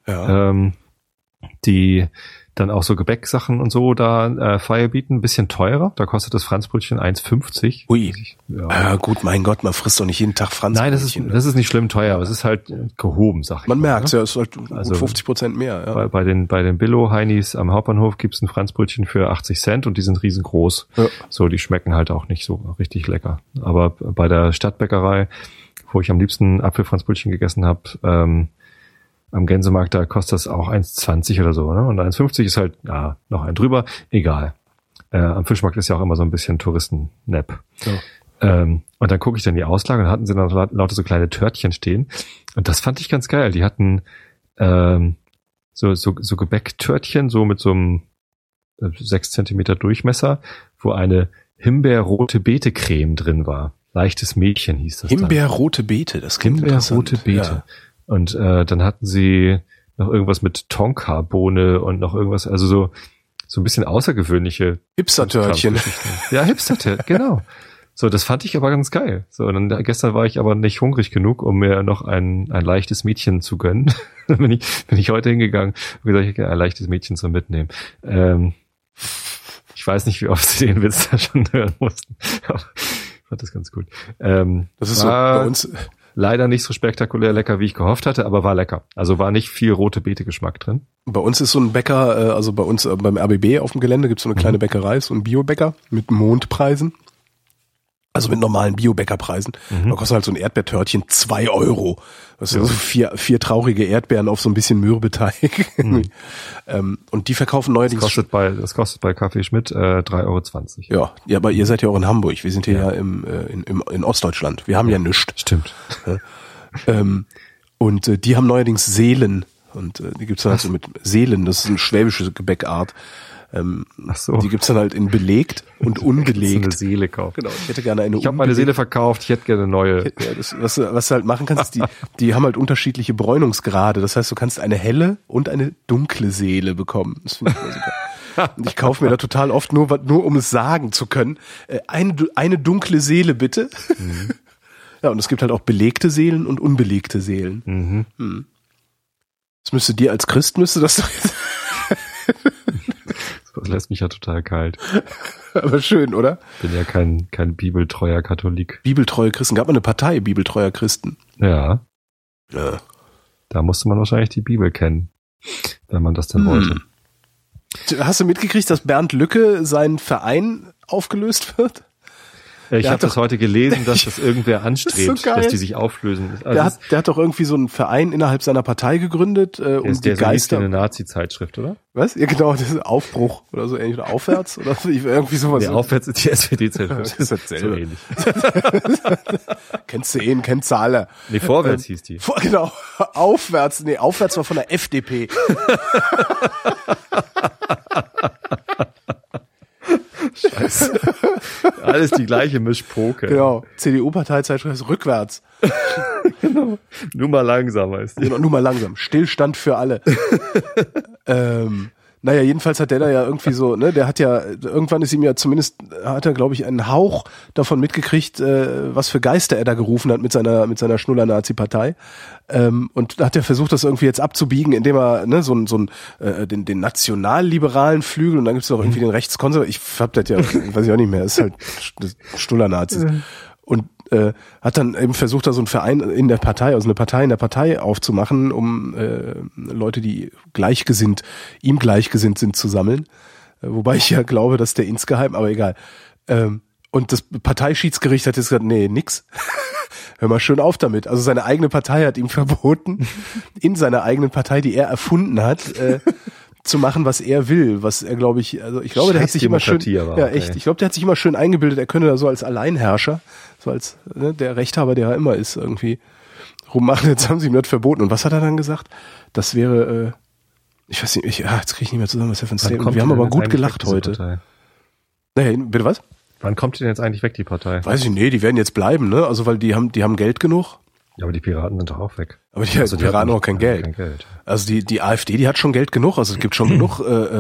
die dann auch so Gebäcksachen und so da Feier bieten, ein bisschen teurer. Da kostet das Franzbrötchen 1,50. Ui. Ja, gut, mein Gott, man frisst doch nicht jeden Tag Franzbrötchen. Nein, das ist nicht schlimm teuer, aber es ist halt gehoben, sag ich mal. Man merkt, ne? ja, es ist halt gut 50% mehr. Ja. Bei den Billo-Heinis am Hauptbahnhof gibt's ein Franzbrötchen für 80 Cent und die sind riesengroß. Ja. So, die schmecken halt auch nicht so richtig lecker. Aber bei der Stadtbäckerei, wo ich am liebsten Apfelfranzbrötchen gegessen habe, am Gänsemarkt, da kostet das auch 1,20 oder so, ne? Und 1,50 ist halt, noch ein drüber, egal. Am Fischmarkt ist ja auch immer so ein bisschen Touristen-Nap. Ja. Und dann gucke ich dann die Auslage und hatten sie dann lauter so kleine Törtchen stehen. Und das fand ich ganz geil. Die hatten so Gebäcktörtchen, so mit so einem 6 Zentimeter Durchmesser, wo eine Himbeerrote Beete-Creme drin war. Leichtes Mädchen hieß das. Himbeerrote Beete, das klingt Himbeerrote Beete. Ja. Und dann hatten sie noch irgendwas mit Tonka-Bohne und noch irgendwas, also so ein bisschen außergewöhnliche Hipster-Törtchen. Ja, Hipster-Törtchen, genau. So, das fand ich aber ganz geil. So, und dann gestern war ich aber nicht hungrig genug, um mir noch ein leichtes Mädchen zu gönnen. bin ich heute hingegangen und gesagt, ich kann ein leichtes Mädchen zum Mitnehmen. Ich weiß nicht, wie oft sie den Witz da schon hören mussten. Aber ich fand das ganz gut. Das ist so bei uns. Leider nicht so spektakulär lecker, wie ich gehofft hatte, aber war lecker. Also war nicht viel rote Beete-Geschmack drin. Bei uns ist so ein Bäcker, also bei uns beim RBB auf dem Gelände gibt's so eine kleine Bäckerei, so ein Biobäcker mit Mondpreisen. Also mit normalen Biobäckerpreisen. Da kostet halt so ein Erdbeertörtchen 2 €. Das sind so vier traurige Erdbeeren auf so ein bisschen Mürbeteig. Und die verkaufen neuerdings... Das kostet bei Kaffee Schmidt 3,20 €. Ja, aber ihr seid ja auch in Hamburg. Wir sind hier ja in Ostdeutschland. Wir haben ja nichts. Stimmt. Und die haben neuerdings Seelen. Und die gibt's dann halt so mit Seelen. Das ist eine schwäbische Gebäckart. Ach so. Die gibt's dann halt in belegt und unbelegt. Eine Seele kaufen. Genau, ich hätte gerne eine. Ich habe meine Seele verkauft, ich hätte gerne eine neue. Ja, was du halt machen kannst, ist die haben halt unterschiedliche Bräunungsgrade. Das heißt, du kannst eine helle und eine dunkle Seele bekommen. Das finde ich immer super. Und ich kaufe mir da total oft nur um es sagen zu können, eine dunkle Seele bitte. Ja, und es gibt halt auch belegte Seelen und unbelegte Seelen. Das müsste dir als Christ das doch jetzt das lässt mich ja total kalt. Aber schön, oder? Ich bin ja kein bibeltreuer Katholik. Bibeltreue Christen. Gab eine Partei bibeltreuer Christen. Ja. Da musste man wahrscheinlich die Bibel kennen, wenn man das denn wollte. Hast du mitgekriegt, dass Bernd Lücke sein Verein aufgelöst wird? Ich habe das heute gelesen, dass das irgendwer anstrebt, so dass die sich auflösen. Also der hat doch irgendwie so einen Verein innerhalb seiner Partei gegründet, um die Geister. Eine Nazi-Zeitschrift, oder? Was? Ja, genau, das ist Aufbruch oder so ähnlich, oder Aufwärts oder irgendwie sowas. Nee, Aufwärts ist die SPD-Zeitschrift. Das ist dasselbe. So ähnlich. Kennst du alle. Nee, Vorwärts hieß die. Genau, Aufwärts war von der FDP. Scheiße. Alles die gleiche Mischpoke. Genau. CDU-Parteizeitschrift ist rückwärts. Genau. Nur mal langsam heißt die. Genau, nur mal langsam. Stillstand für alle. Naja, jedenfalls hat der da ja irgendwie so, ne, der hat ja, irgendwann ist ihm ja zumindest, hat er, glaube ich, einen Hauch davon mitgekriegt, was für Geister er da gerufen hat mit seiner Schnuller-Nazi-Partei. Und da hat er versucht, das irgendwie jetzt abzubiegen, indem er, ne, den nationalliberalen Flügel, und dann gibt's auch irgendwie den rechtskonservativen, ich hab das ja, weiß ich auch nicht mehr, ist halt Schnuller-Nazis. Und hat dann eben versucht, da so einen Verein in der Partei, also eine Partei in der Partei aufzumachen, um Leute, die ihm gleichgesinnt sind, zu sammeln. Wobei ich ja glaube, dass der insgeheim, aber egal. Und das Parteischiedsgericht hat jetzt gesagt, nee, nix. Hör mal schön auf damit. Also seine eigene Partei hat ihm verboten, in seiner eigenen Partei, die er erfunden hat, zu machen, was er will, was er, glaube ich, also ich glaube, der hat sich immer schön, ich glaube, der hat sich immer schön eingebildet, er könne da so als Alleinherrscher, so als der Rechthaber, der er immer ist, irgendwie rummachen. Jetzt haben sie ihm das verboten. Und was hat er dann gesagt? Das wäre, ich weiß nicht, jetzt kriege ich nicht mehr zusammen, was er für ein Statement. Wir haben aber gut gelacht heute. Naja, bitte was? Wann kommt die denn jetzt eigentlich weg, die Partei? Weiß ich nicht, die werden jetzt bleiben, ne? Also weil die haben Geld genug. Ja, aber die Piraten sind doch auch weg. Aber die Piraten haben auch kein Geld. Also die AfD, die hat schon Geld genug. Also es gibt schon genug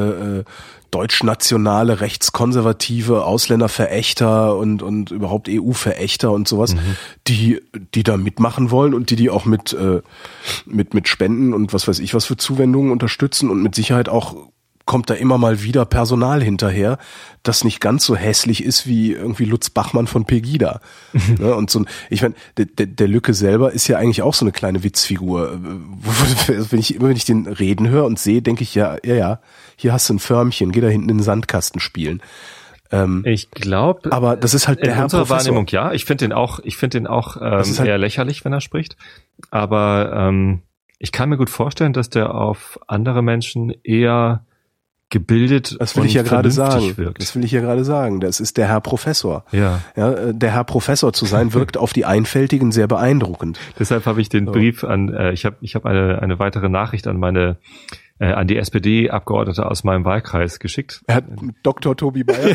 deutschnationale, rechtskonservative Ausländerverächter und überhaupt EU-Verächter und sowas, die da mitmachen wollen und die auch mit Spenden und was weiß ich was für Zuwendungen unterstützen, und mit Sicherheit auch kommt da immer mal wieder Personal hinterher, das nicht ganz so hässlich ist wie irgendwie Lutz Bachmann von Pegida. Ne? Und so, ich meine, der Lücke selber ist ja eigentlich auch so eine kleine Witzfigur. Wenn ich den reden höre und sehe, denke ich, ja, hier hast du ein Förmchen, geh da hinten in den Sandkasten spielen. Ich glaube, aber das ist halt der Herr Professor. Wahrnehmung, ja. Ich finde den auch halt eher lächerlich, wenn er spricht. Aber ich kann mir gut vorstellen, dass der auf andere Menschen eher gebildet das will und ich ja gerade sagen. wirkt. Das will ich ja gerade sagen. Das ist der Herr Professor. Ja, der Herr Professor zu sein, wirkt auf die Einfältigen sehr beeindruckend. Deshalb habe ich den Brief an, ich habe eine weitere Nachricht an die SPD-Abgeordnete aus meinem Wahlkreis geschickt. Er hat Dr. Tobi Bayer.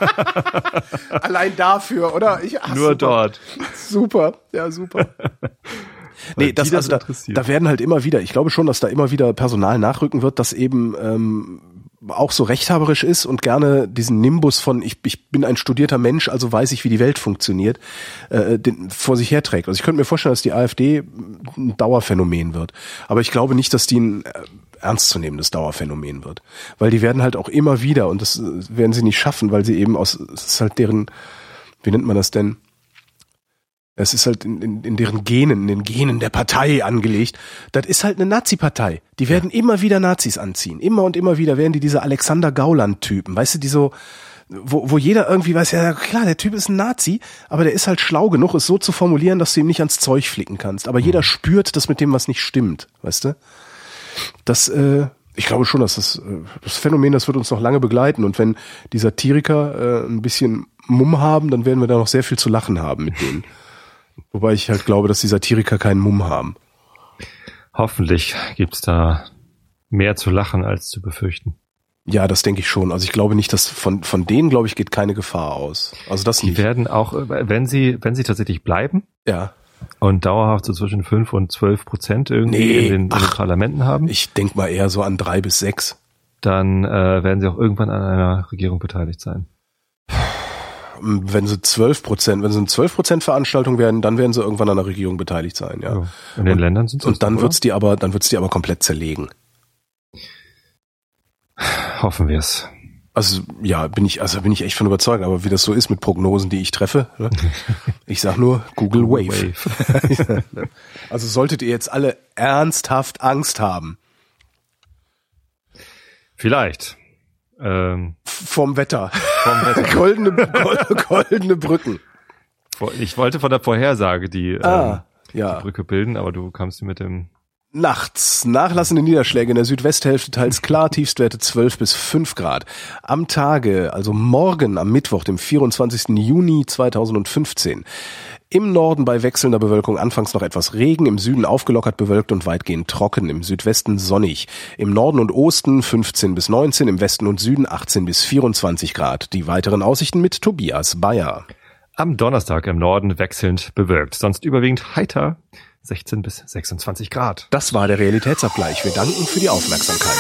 Allein dafür, oder? Nur super. Dort. Super, ja, super. Nee, da werden halt immer wieder, ich glaube schon, dass da immer wieder Personal nachrücken wird, das eben auch so rechthaberisch ist und gerne diesen Nimbus von ich bin ein studierter Mensch, also weiß ich, wie die Welt funktioniert, vor sich herträgt. Also ich könnte mir vorstellen, dass die AfD ein Dauerphänomen wird. Aber ich glaube nicht, dass die ein ernstzunehmendes Dauerphänomen wird. Weil die werden halt auch immer wieder, und das werden sie nicht schaffen, weil sie eben das ist halt deren, wie nennt man das denn? Es ist halt in deren Genen, in den Genen der Partei angelegt. Das ist halt eine Nazi-Partei. Die werden immer wieder Nazis anziehen. Immer und immer wieder werden die diese Alexander Gauland-Typen. Weißt du, die so, wo jeder irgendwie weiß, ja klar, der Typ ist ein Nazi, aber der ist halt schlau genug, es so zu formulieren, dass du ihm nicht ans Zeug flicken kannst. Aber jeder spürt, dass mit dem was nicht stimmt. Weißt du? Ich glaube schon, dass das Phänomen, das wird uns noch lange begleiten. Und wenn die Satiriker ein bisschen Mumm haben, dann werden wir da noch sehr viel zu lachen haben mit denen. Wobei ich halt glaube, dass die Satiriker keinen Mumm haben. Hoffentlich gibt's da mehr zu lachen als zu befürchten. Ja, das denke ich schon. Also ich glaube nicht, dass von denen, glaube ich, geht keine Gefahr aus. Also das nicht. Die werden auch, wenn sie tatsächlich bleiben. Ja. Und dauerhaft so zwischen 5 und 12% irgendwie in den Parlamenten haben. Ich denke mal eher so an 3 bis 6. Dann werden sie auch irgendwann an einer Regierung beteiligt sein. Wenn sie 12% Veranstaltung werden, dann werden sie irgendwann an der Regierung beteiligt sein, ja. In den Ländern sind sie. Und dann wird's die aber komplett zerlegen. Hoffen wir es. Also ja, bin ich echt von überzeugt, aber wie das so ist mit Prognosen, die ich treffe, ne? Ich sag nur Google Wave. Also solltet ihr jetzt alle ernsthaft Angst haben. Vielleicht. Vom Wetter. Goldene Brücken. Ich wollte von der Vorhersage die Brücke bilden, aber du kamst mit dem... Nachts nachlassende Niederschläge in der Südwesthälfte teils klar, Tiefstwerte 12 bis 5 Grad. Am Tage, also morgen am Mittwoch, dem 24. Juni 2015. Im Norden bei wechselnder Bewölkung anfangs noch etwas Regen, im Süden aufgelockert bewölkt und weitgehend trocken, im Südwesten sonnig. Im Norden und Osten 15 bis 19, im Westen und Süden 18 bis 24 Grad. Die weiteren Aussichten mit Tobias Bayer. Am Donnerstag im Norden wechselnd bewölkt, sonst überwiegend heiter, 16 bis 26 Grad. Das war der Realitätsabgleich. Wir danken für die Aufmerksamkeit.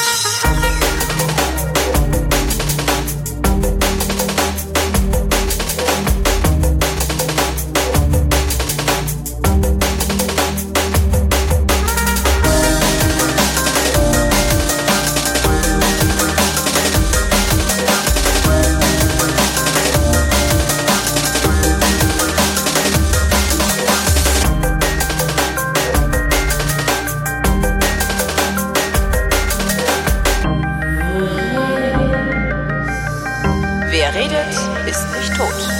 Wer redet, ist nicht tot.